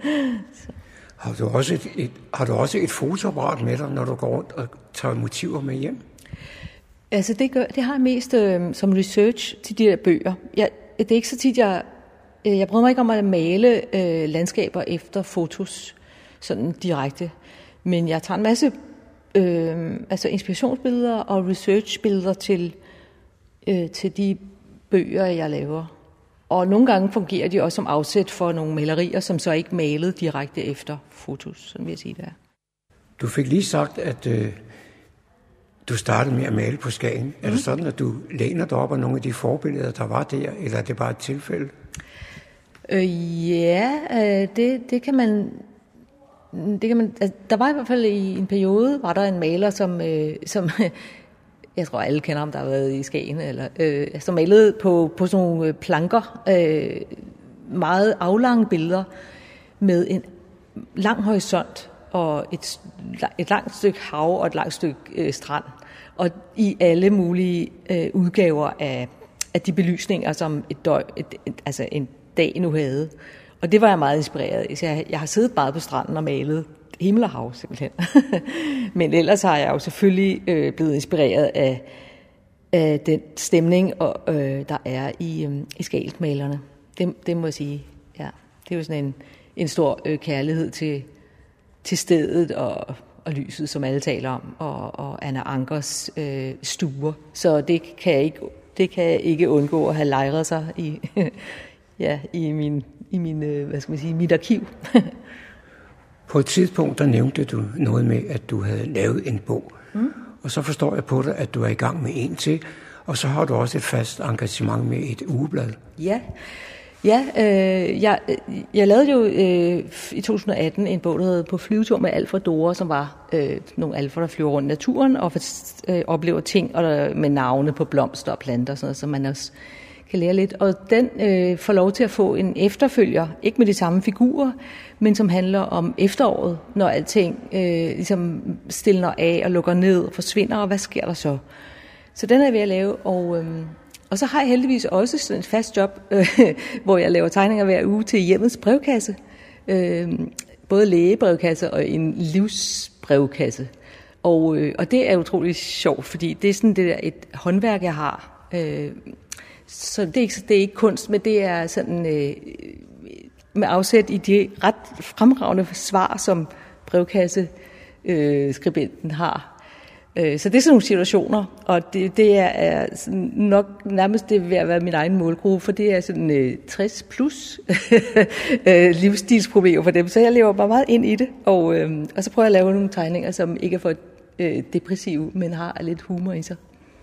Har du også et fotoapparat med dig, når du går rundt og tager motiver med hjem? Altså det har jeg mest som research til de der bøger. Det er ikke så tit, jeg bryder mig ikke om at male landskaber efter fotos, sådan direkte. Men jeg tager en masse inspirationsbilleder og researchbilleder til de bøger, jeg laver. Og nogle gange fungerer de også som afsæt for nogle malerier, som så ikke malede direkte efter fotos, sådan vil jeg sige det er. Du fik lige sagt, at du startede med at male på Skagen. Er det sådan, at du læner dig op af nogle af de forbilleder, der var der, eller er det bare et tilfælde? Det kan man... Altså, der var i hvert fald i en periode, var der en maler, som jeg tror alle kender ham, der har været i Skagen, som malede på sådan nogle planker, meget aflange billeder med en lang horisont og et langt stykke hav og et langt stykke strand, og i alle mulige udgaver af de belysninger, som en dag nu havde. Og det var jeg meget inspireret. Jeg har siddet bare på stranden og malet himmel og hav simpelthen. Men ellers har jeg jo selvfølgelig blevet inspireret af den stemning, der er i Skagelmalerne. Det må jeg sige. Ja. Det er jo sådan en stor kærlighed til stedet og lyset, som alle taler om, og Anna Ankers stuer. Så det kan jeg ikke undgå at have lejret sig i mit arkiv. På et tidspunkt, der nævnte du noget med, at du havde lavet en bog. Og så forstår jeg på dig, at du er i gang med en til, og så har du også et fast engagement med et ugeblad. Jeg lavede jo i 2018 en bog, der hed På flyvetur med alfredorer, som var nogle alfer, der flyver rundt i naturen og oplever ting med navne på blomster og planter, sådan noget, så man også kan lære lidt. Og den får lov til at få en efterfølger, ikke med de samme figurer, men som handler om efteråret, når alting ligesom stilner af og lukker ned og forsvinder, og hvad sker der så? Så den er jeg ved at lave, og så har jeg heldigvis også sådan et fast job, hvor jeg laver tegninger hver uge til hjemmets brevkasse. Både lægebrevkasse og en livsbrevkasse. Og det er utroligt sjovt, fordi det er sådan det der et håndværk, jeg har. Så det er ikke kunst, men det er sådan med afsæt i de ret fremragende svar, som brevkasseskribenten har. Så det er sådan nogle situationer, og det er nok nærmest det ved at være min egen målgruppe, for det er sådan 60 plus livsstilsproblemer for dem, så jeg lever bare meget ind i det, og så prøver jeg at lave nogle tegninger, som ikke er for depressive, men har lidt humor i sig.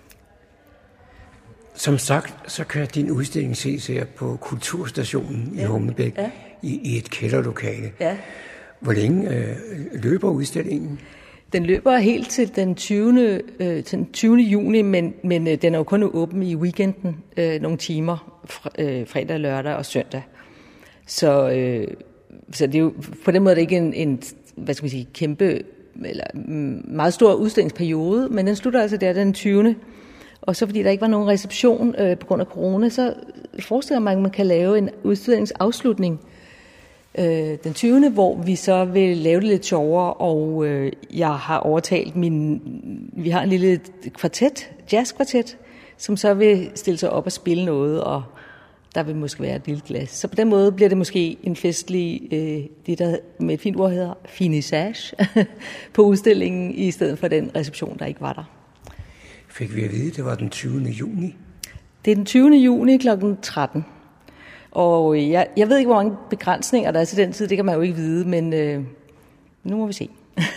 Som sagt, så kan din udstilling ses her på Kulturstationen i Humlebæk i et kælderlokale. Ja. Hvor længe løber udstillingen? Den løber helt til den 20. juni, men den er jo kun åben i weekenden nogle timer, fredag, lørdag og søndag. Så det er jo på den måde er det ikke en kæmpe eller meget stor udstillingsperiode, men den slutter altså der den 20. Og så fordi der ikke var nogen reception på grund af corona, så forestiller man, at man kan lave en udstillingsafslutning den 20. hvor vi så vil lave det lidt sjovere, og jeg har overtalt vi har en lille jazzkvartet, som så vil stille sig op og spille noget, og der vil måske være et lille glas. Så på den måde bliver det måske en festlig, det der med et fint ord hedder finissage, på udstillingen, i stedet for den reception, der ikke var der. Fik vi at vide, det var den 20. juni? Det er den 20. juni kl. 13. Og jeg ved ikke, hvor mange begrænsninger der er til den tid, det kan man jo ikke vide, men nu må vi se.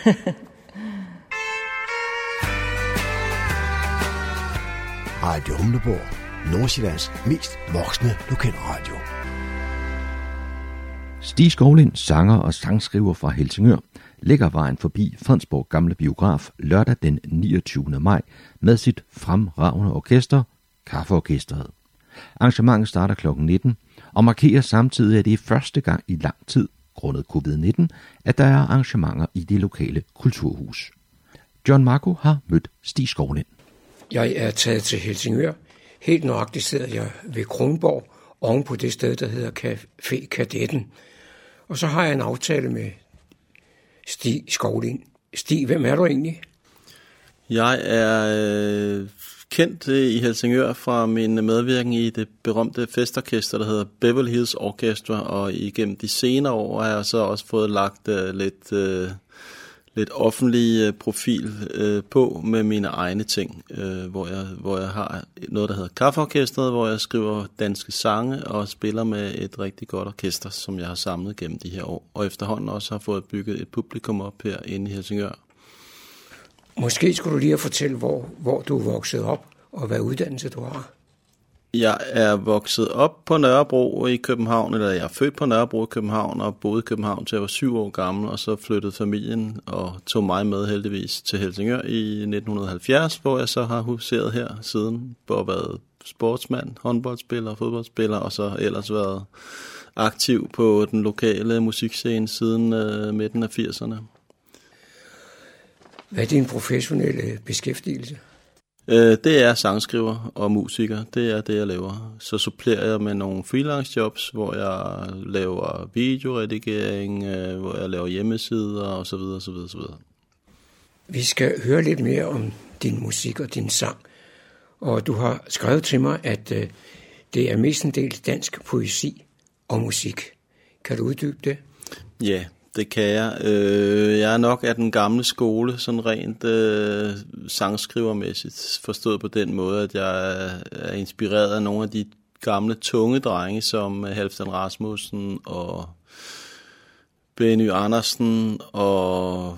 Radio Humleborg, Nordsjællands mest voksne lokalradio. Stig Skovlind, sanger og sangskriver fra Helsingør, ligger vejen forbi Fredensborg Gamle Biograf lørdag den 29. maj med sit fremragende orkester, Kaffeorkestret. Arrangementet starter kl. 19 og markerer samtidig, at det er første gang i lang tid, grundet covid-19, at der er arrangementer i det lokale kulturhus. John Marco har mødt Stig Skovlind. Jeg er taget til Helsingør. Helt nøjagtigt sidder jeg ved Kronborg, oven på det sted, der hedder Café Kadetten. Og så har jeg en aftale med Stig Skovlind. Stig, hvem er du egentlig? Jeg er kendt i Helsingør fra min medvirken i det berømte festorkester, der hedder Beverly Hills Orchestra, og igennem de senere år har jeg så også fået lagt lidt offentlig profil på med mine egne ting, hvor jeg har noget, der hedder Kaffeorkestret, hvor jeg skriver danske sange og spiller med et rigtig godt orkester, som jeg har samlet gennem de her år, og efterhånden også har fået bygget et publikum op herinde i Helsingør. Måske skulle du lige fortælle, hvor du er vokset op, og hvad uddannelse du har. Jeg er vokset op på Nørrebro i København, eller jeg er født på Nørrebro i København, og boede i København til jeg var 7 år gammel, og så flyttede familien og tog mig med heldigvis til Helsingør i 1970, hvor jeg så har huseret her siden, hvor været sportsmand, håndboldspiller, fodboldspiller, og så ellers været aktiv på den lokale musikscene siden midten af 80'erne. Hvad er din professionelle beskæftigelse? Det er sangskriver og musiker. Det er det, jeg laver. Så supplerer jeg med nogle freelance jobs, hvor jeg laver videoredigering, hvor jeg laver hjemmesider osv. osv. Vi skal høre lidt mere om din musik og din sang. Og du har skrevet til mig, at det er mestendels dansk poesi og musik. Kan du uddybe det? Ja, det kan jeg. Jeg er nok af den gamle skole, sådan rent sangskrivermæssigt, forstået på den måde, at jeg er inspireret af nogle af de gamle tunge drenge, som Halfdan Rasmussen og Benny Andersen og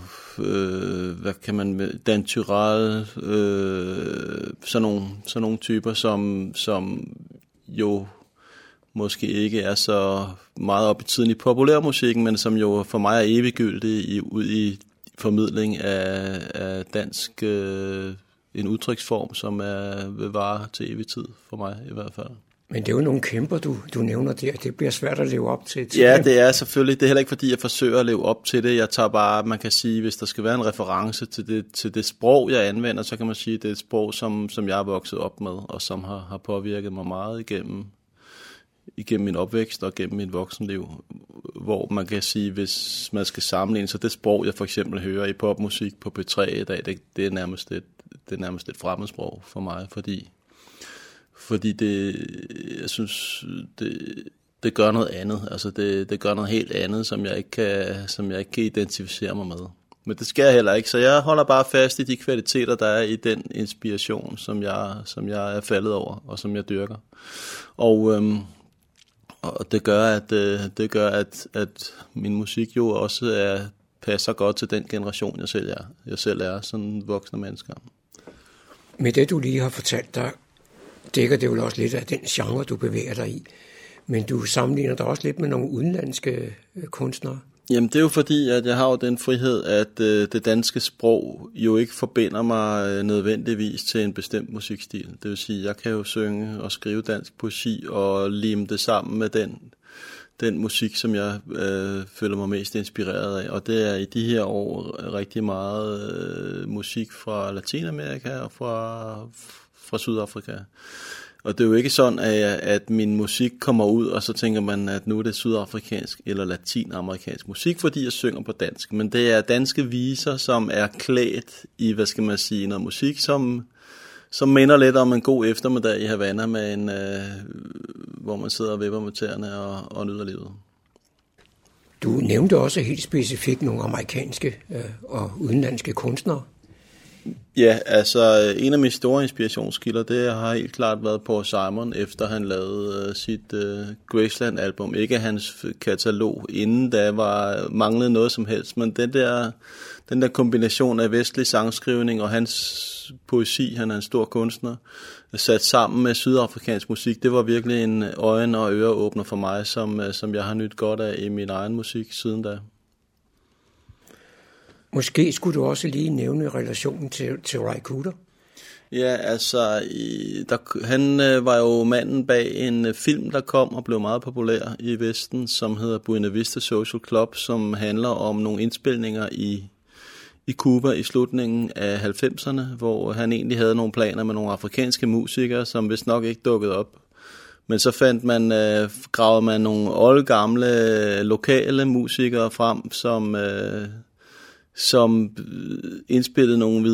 Dan Tyrell, sådan nogle typer, som jo måske ikke er så meget op i tiden i populærmusikken, men som jo for mig er eviggyldig ud i formidling af dansk, en udtryksform, som vil vare til evig tid for mig i hvert fald. Men det er jo nogle kæmper, du nævner der. Det bliver svært at leve op til. Ja, det er selvfølgelig. Det er heller ikke, fordi jeg forsøger at leve op til det. Jeg tager bare, man kan sige, hvis der skal være en reference til det sprog, jeg anvender, så kan man sige, det er et sprog, som jeg er vokset op med, og som har påvirket mig meget igennem min opvækst og gennem mit voksenliv, hvor man kan sige, hvis man skal sammenligne, så det sprog, jeg for eksempel hører i popmusik på P3 i dag, det er nærmest et fremmedsprog for mig, fordi det, jeg synes, det gør noget andet, altså det gør noget helt andet, som jeg ikke kan identificere mig med. Men det skal jeg heller ikke, så jeg holder bare fast i de kvaliteter, der er i den inspiration, som jeg er faldet over, og som jeg dyrker. Og det gør, at min musik jo også passer godt til den generation, jeg selv er, sådan voksne mennesker. Med det, du lige har fortalt, der dækker det jo også lidt af den genre, du bevæger dig i. Men du sammenligner dig også lidt med nogle udenlandske kunstnere. Jamen det er jo fordi, at jeg har jo den frihed, at det danske sprog jo ikke forbinder mig nødvendigvis til en bestemt musikstil. Det vil sige, at jeg kan jo synge og skrive dansk poesi og lime det sammen med den musik, som jeg føler mig mest inspireret af. Og det er i de her år rigtig meget musik fra Latinamerika og fra Sydafrika. Og det er jo ikke sådan, at min musik kommer ud, og så tænker man, at nu er det sydafrikansk eller latinamerikansk musik, fordi jeg synger på dansk. Men det er danske viser, som er klædt i, noget musik, som minder lidt om en god eftermiddag i Havana, hvor man sidder og vipper med tæerne og nyder livet. Du nævnte også helt specifikt nogle amerikanske og udenlandske kunstnere. Ja, altså en af mine store inspirationskilder, det har helt klart været Paul Simon, efter han lavede sit Graceland-album. Ikke hans katalog, inden da manglede noget som helst, men den der kombination af vestlig sangskrivning og hans poesi, han er en stor kunstner, sat sammen med sydafrikansk musik, det var virkelig en øjen- og øreåbner for mig, som jeg har nydt godt af i min egen musik siden da. Måske skulle du også lige nævne relationen til Ry Cooder. Ja, altså, han var jo manden bag en film, der kom og blev meget populær i Vesten, som hedder Buena Vista Social Club, som handler om nogle indspilninger i Cuba i slutningen af 90'erne, hvor han egentlig havde nogle planer med nogle afrikanske musikere, som vist nok ikke dukkede op. Men så gravede man nogle oldgamle lokale musikere frem, som indspillede nogle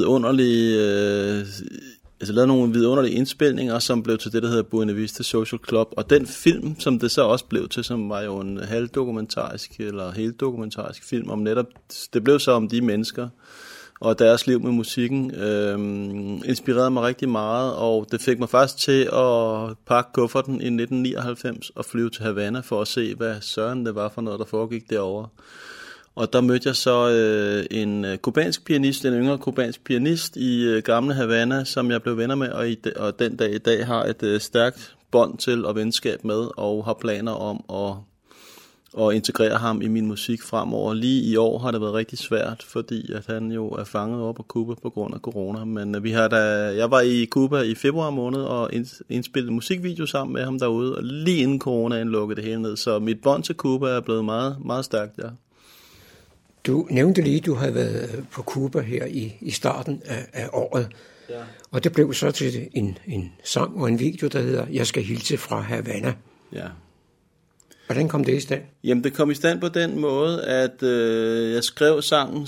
lavede nogle vidunderlige indspilninger, som blev til det, der hedder Buena Vista Social Club. Og den film, som det så også blev til, som var jo en halvdokumentarisk eller heldokumentarisk film om netop, det blev så om de mennesker og deres liv med musikken, inspirerede mig rigtig meget, og det fik mig faktisk til at pakke kufferten i 1999 og flyve til Havana for at se, hvad søren det var for noget, der foregik derovre. Og der mødte jeg så en kubansk pianist, en yngre kubansk pianist i gamle Havana, som jeg blev venner med, og den dag i dag har et stærkt bånd til og venskab med, og har planer om at integrere ham i min musik fremover. Lige i år har det været rigtig svært, fordi at han jo er fanget over på Cuba på grund af corona. Men jeg var i Cuba i februar måned og indspillede musikvideo sammen med ham derude, og lige inden coronaen lukkede det hele ned. Så mit bånd til Cuba er blevet meget, meget stærkt, ja. Du nævnte lige, at du havde været på Cuba her i starten af året. Ja. Og det blev så til en sang og en video, der hedder Jeg skal hilse fra Havana. Ja. Hvordan kom det i stand? Jamen, det kom i stand på den måde, at jeg skrev sangen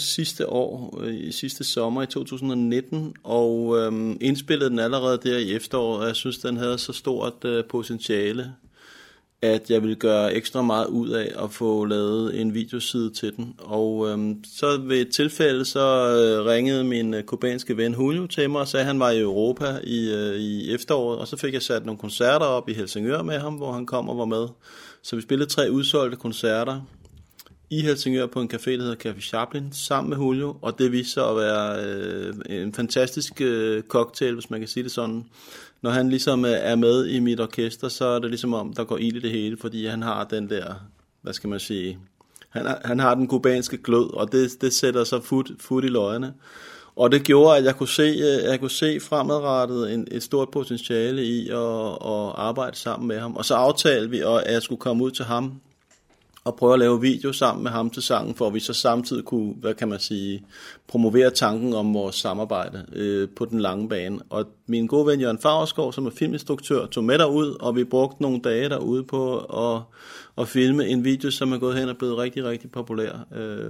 sidste sommer i 2019, og indspillede den allerede der i efteråret, og jeg synes, den havde så stort potentiale, at jeg ville gøre ekstra meget ud af at få lavet en videoside til den. Og så ved et tilfælde, så ringede min kubanske ven Julio til mig og sagde, at han var i Europa i efteråret, og så fik jeg sat nogle koncerter op i Helsingør med ham, hvor han kom og var med. Så vi spillede 3 udsolgte koncerter i Helsingør på en café, der hedder Café Chaplin, sammen med Julio, og det viste sig at være en fantastisk cocktail, hvis man kan sige det sådan. Når han ligesom er med i mit orkester, så er det ligesom om, der går ild i det hele, fordi han har den der, hvad skal man sige, han har den kubanske glød, og det sætter sig fut i løjene. Og det gjorde, at jeg kunne se fremadrettet et stort potentiale i at arbejde sammen med ham. Og så aftalte vi, at jeg skulle komme ud til ham og prøve at lave video sammen med ham til sangen, for at vi så samtidig kunne, hvad kan man sige, promovere tanken om vores samarbejde på den lange bane. Og min gode ven Jørgen Favrskov, som er filminstruktør, tog med derud, og vi brugte nogle dage derude på at filme en video, som er gået hen og blevet rigtig, rigtig populær.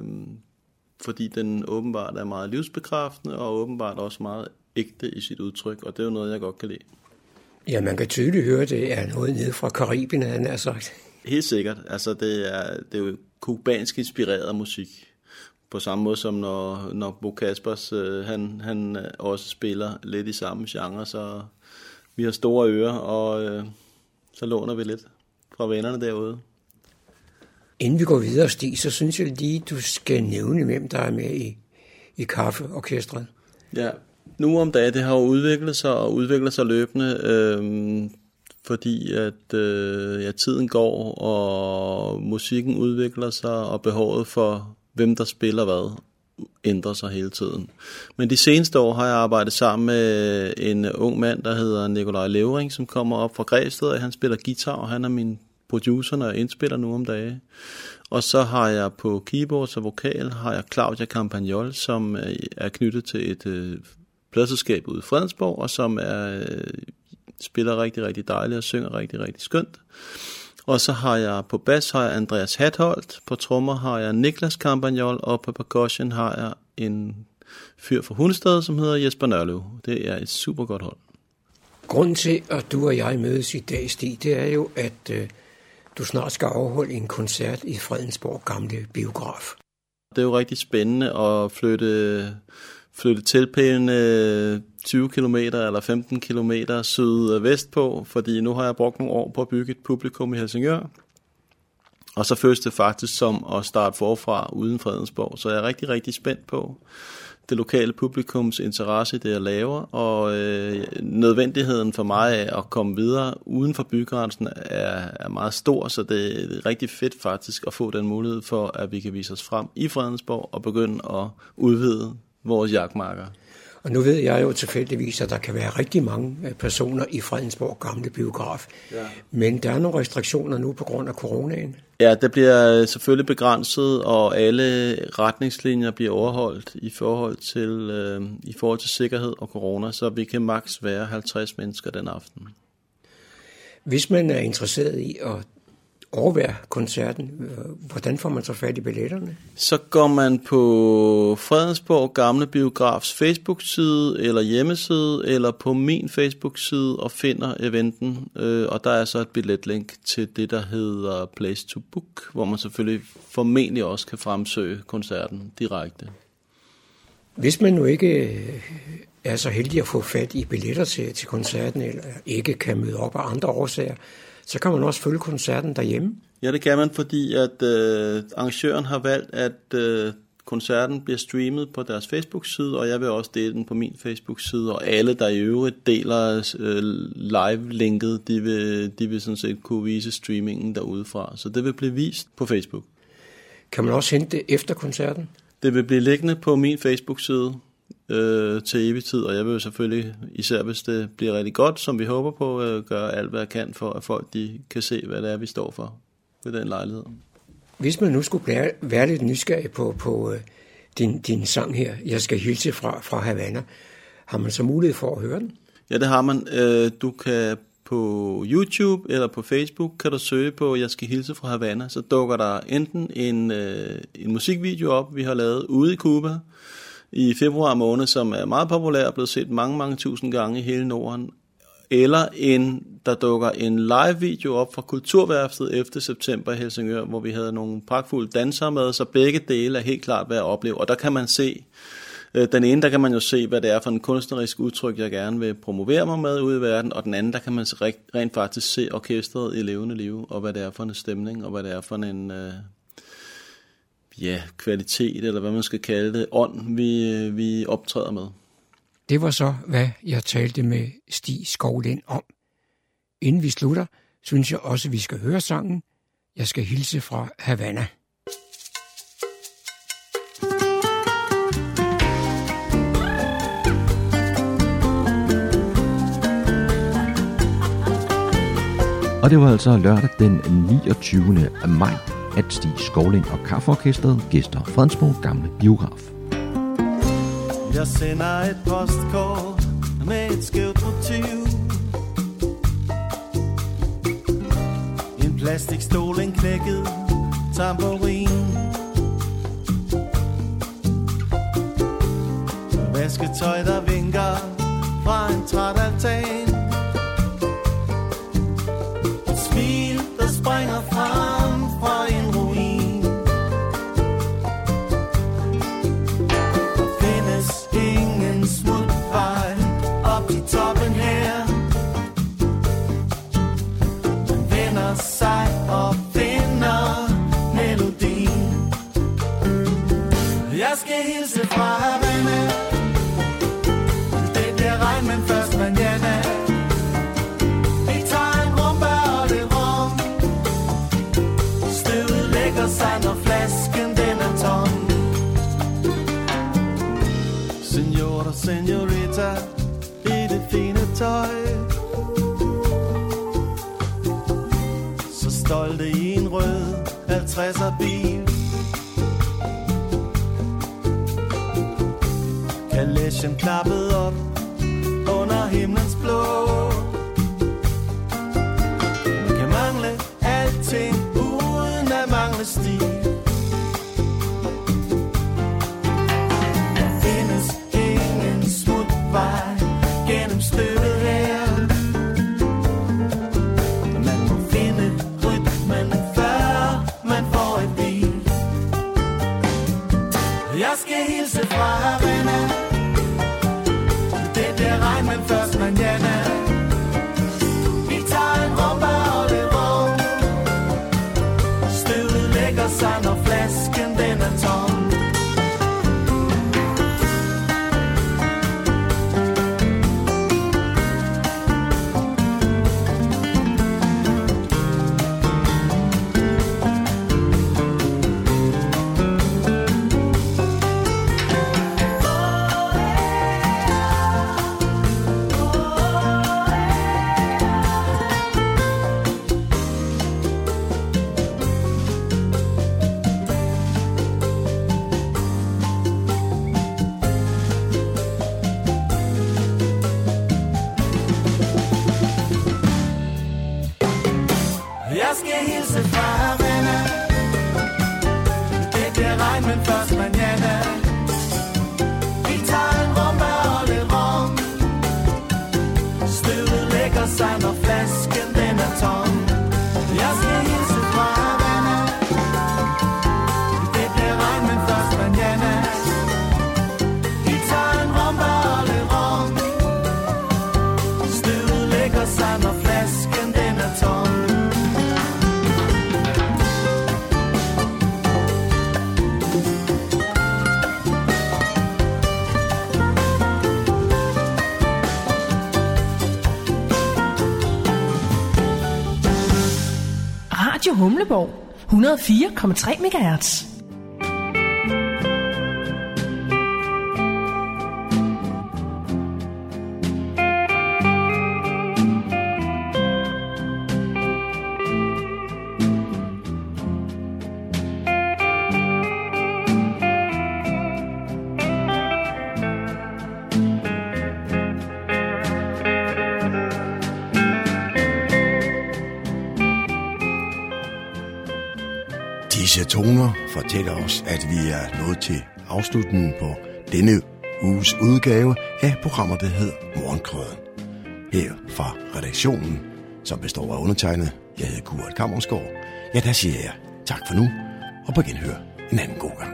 Fordi den åbenbart er meget livsbekræftende, og åbenbart også meget ægte i sit udtryk, og det er jo noget, jeg godt kan lide. Ja, man kan tydeligt høre, det er noget nede fra Karibien, han har sagt. Helt sikkert. Altså, det er jo kubansk inspireret musik. På samme måde som når Bo Kaspers, han også spiller lidt i samme genre, så vi har store ører, og så låner vi lidt fra vennerne derude. Inden vi går videre, Stig, så synes jeg lige, du skal nævne, hvem der er med i kaffeorkestret. Ja, nu om dagen, det har jo udviklet sig løbende, fordi at tiden går, og musikken udvikler sig, og behovet for, hvem der spiller hvad, ændrer sig hele tiden. Men de seneste år har jeg arbejdet sammen med en ung mand, der hedder Nikolaj Levering, som kommer op fra Græsted, og han spiller guitar, og han er min producer, når jeg indspiller nu om dagen. Og så har jeg på keyboards og vokal, har jeg Claudia Campagnol, som er knyttet til et pladselskab ude i Fredensborg, og som spiller rigtig, rigtig dejligt og synger rigtig, rigtig skønt. Og så har jeg på bas Andreas Hatholt, på trommer har jeg Niklas Campagnol, og på percussion har jeg en fyr fra Hundested, som hedder Jesper Nørløv. Det er et super godt hold. Grunden til, at du og jeg mødes i dag, Stig, det er jo, at du snart skal afholde en koncert i Fredensborg gamle biograf. Det er jo rigtig spændende at flytte tilpælene 20 km eller 15 km sydvest på, fordi nu har jeg brugt nogle år på at bygge et publikum i Helsingør. Og så føles det faktisk som at starte forfra uden Fredensborg, så jeg er rigtig, rigtig spændt på, det lokale publikums interesse i det, jeg laver, og nødvendigheden for mig af at komme videre uden for bygrænsen er meget stor, så det er rigtig fedt faktisk at få den mulighed for, at vi kan vise os frem i Fredensborg og begynde at udvide vores jagtmarker. Og nu ved jeg jo tilfældigvis, at der kan være rigtig mange personer i Fredensborg gamle biograf. Ja. Men der er nogle restriktioner nu på grund af coronaen. Ja, det bliver selvfølgelig begrænset, og alle retningslinjer bliver overholdt i forhold til sikkerhed og corona, så vi kan maks være 50 mennesker den aften. Hvis man er interesseret i at overvære koncerten, hvordan får man så fat i billetterne? Så går man på Fredensborg Gamle Biografs Facebook-side eller hjemmeside, eller på min Facebook-side og finder eventen. Og der er så et billetlink til det, der hedder Place to Book, hvor man selvfølgelig formentlig også kan fremsøge koncerten direkte. Hvis man nu ikke er så heldig at få fat i billetter til koncerten, eller ikke kan møde op af andre årsager, så kan man også følge koncerten derhjemme. Ja, det kan man, fordi at arrangøren har valgt, at koncerten bliver streamet på deres Facebook-side, og jeg vil også dele den på min Facebook-side, og alle, der i øvrigt deler live-linket, de vil sådan set kunne vise streamingen derudefra. Så det vil blive vist på Facebook. Kan man også hente det efter koncerten? Det vil blive liggende på min Facebook-side til evig tid, og jeg vil selvfølgelig, især hvis det bliver rigtig godt, som vi håber på, gøre alt, hvad jeg kan for, at folk de kan se, hvad det er, vi står for ved den lejlighed. Hvis man nu skulle være lidt nysgerrig på din sang her, Jeg skal hilse fra Havana, har man så mulighed for at høre den? Ja, det har man. Du kan på YouTube eller på Facebook, kan du søge på Jeg skal hilse fra Havana, så dukker der enten en musikvideo op, vi har lavet ude i Cuba, i februar måned, som er meget populær og blevet set mange tusind gange i hele Norden. Eller der dukker en live-video op fra Kulturværftet 11. september i Helsingør, hvor vi havde nogle pragtfulde dansere med, så begge dele er helt klart værd at opleve. Og der kan man se, den ene, der kan man jo se, hvad det er for en kunstnerisk udtryk, jeg gerne vil promovere mig med ude i verden, og den anden, der kan man rent faktisk se orkestret i levende liv, og hvad det er for en stemning, og hvad det er for en kvalitet, eller hvad man skal kalde det, ånd, vi optræder med. Det var så, hvad jeg talte med Stig Skovlind om. Inden vi slutter, synes jeg også, vi skal høre sangen Jeg skal hilse fra Havana. Og det var altså lørdag den 29. maj, at Stig Skovlind og Kaffeorkestret gæster Fredensborg Gamle Biograf. Jeg sender et postkort med et skævt motiv. En plastikstol, en knækket tamburin. Vasketøj, der vinker fra en træt altan. Et smil, der springer frem fra en ruin. Der findes ingen smutvej op til toppen her. Man vender sig og finder melodien. Jeg skal hilse fra Havana. Det bliver regn, men først manjana. Vi tager en rumba og det rum. Støvet lægger sig, når flasken den er tom. Senor og senorita i det fine tøj. Så stolte i en rød 50'er bil. Kalæsjen klappet op under himlens blå. Man kan mangle alting uden at mangle stil. Der findes ingen smutvej gennem støvet her. Man må finde rytmen før man får et bil. Jeg skal hilse fra Havana. Det bliver regn, men først manjana. Vi tager en rumba og det rum. Støvet lægger sig, når flasken den er tom. Radio Humleborg 104,3 MHz. Disse toner fortæller os, at vi er nået til afslutningen på denne uges udgave af programmet, der hedder Morgenkrøden. Her fra redaktionen, som består af undertegnet, jeg hedder Kurt Kammersgaard. Ja, der siger jeg tak for nu, og på genhør en anden god gang.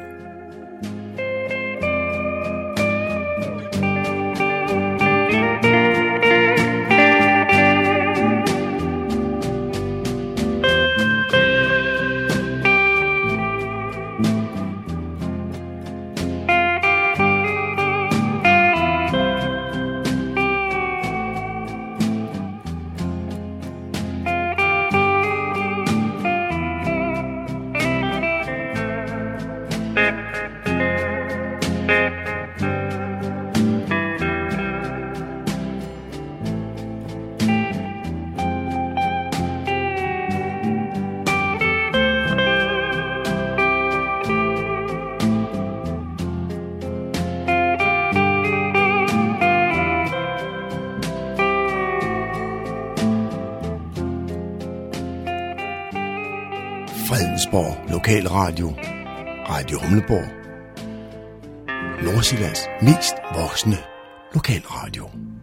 Fredensborg Lokalradio, Radio Humleborg, Nordsjællands mest voksne lokalradio.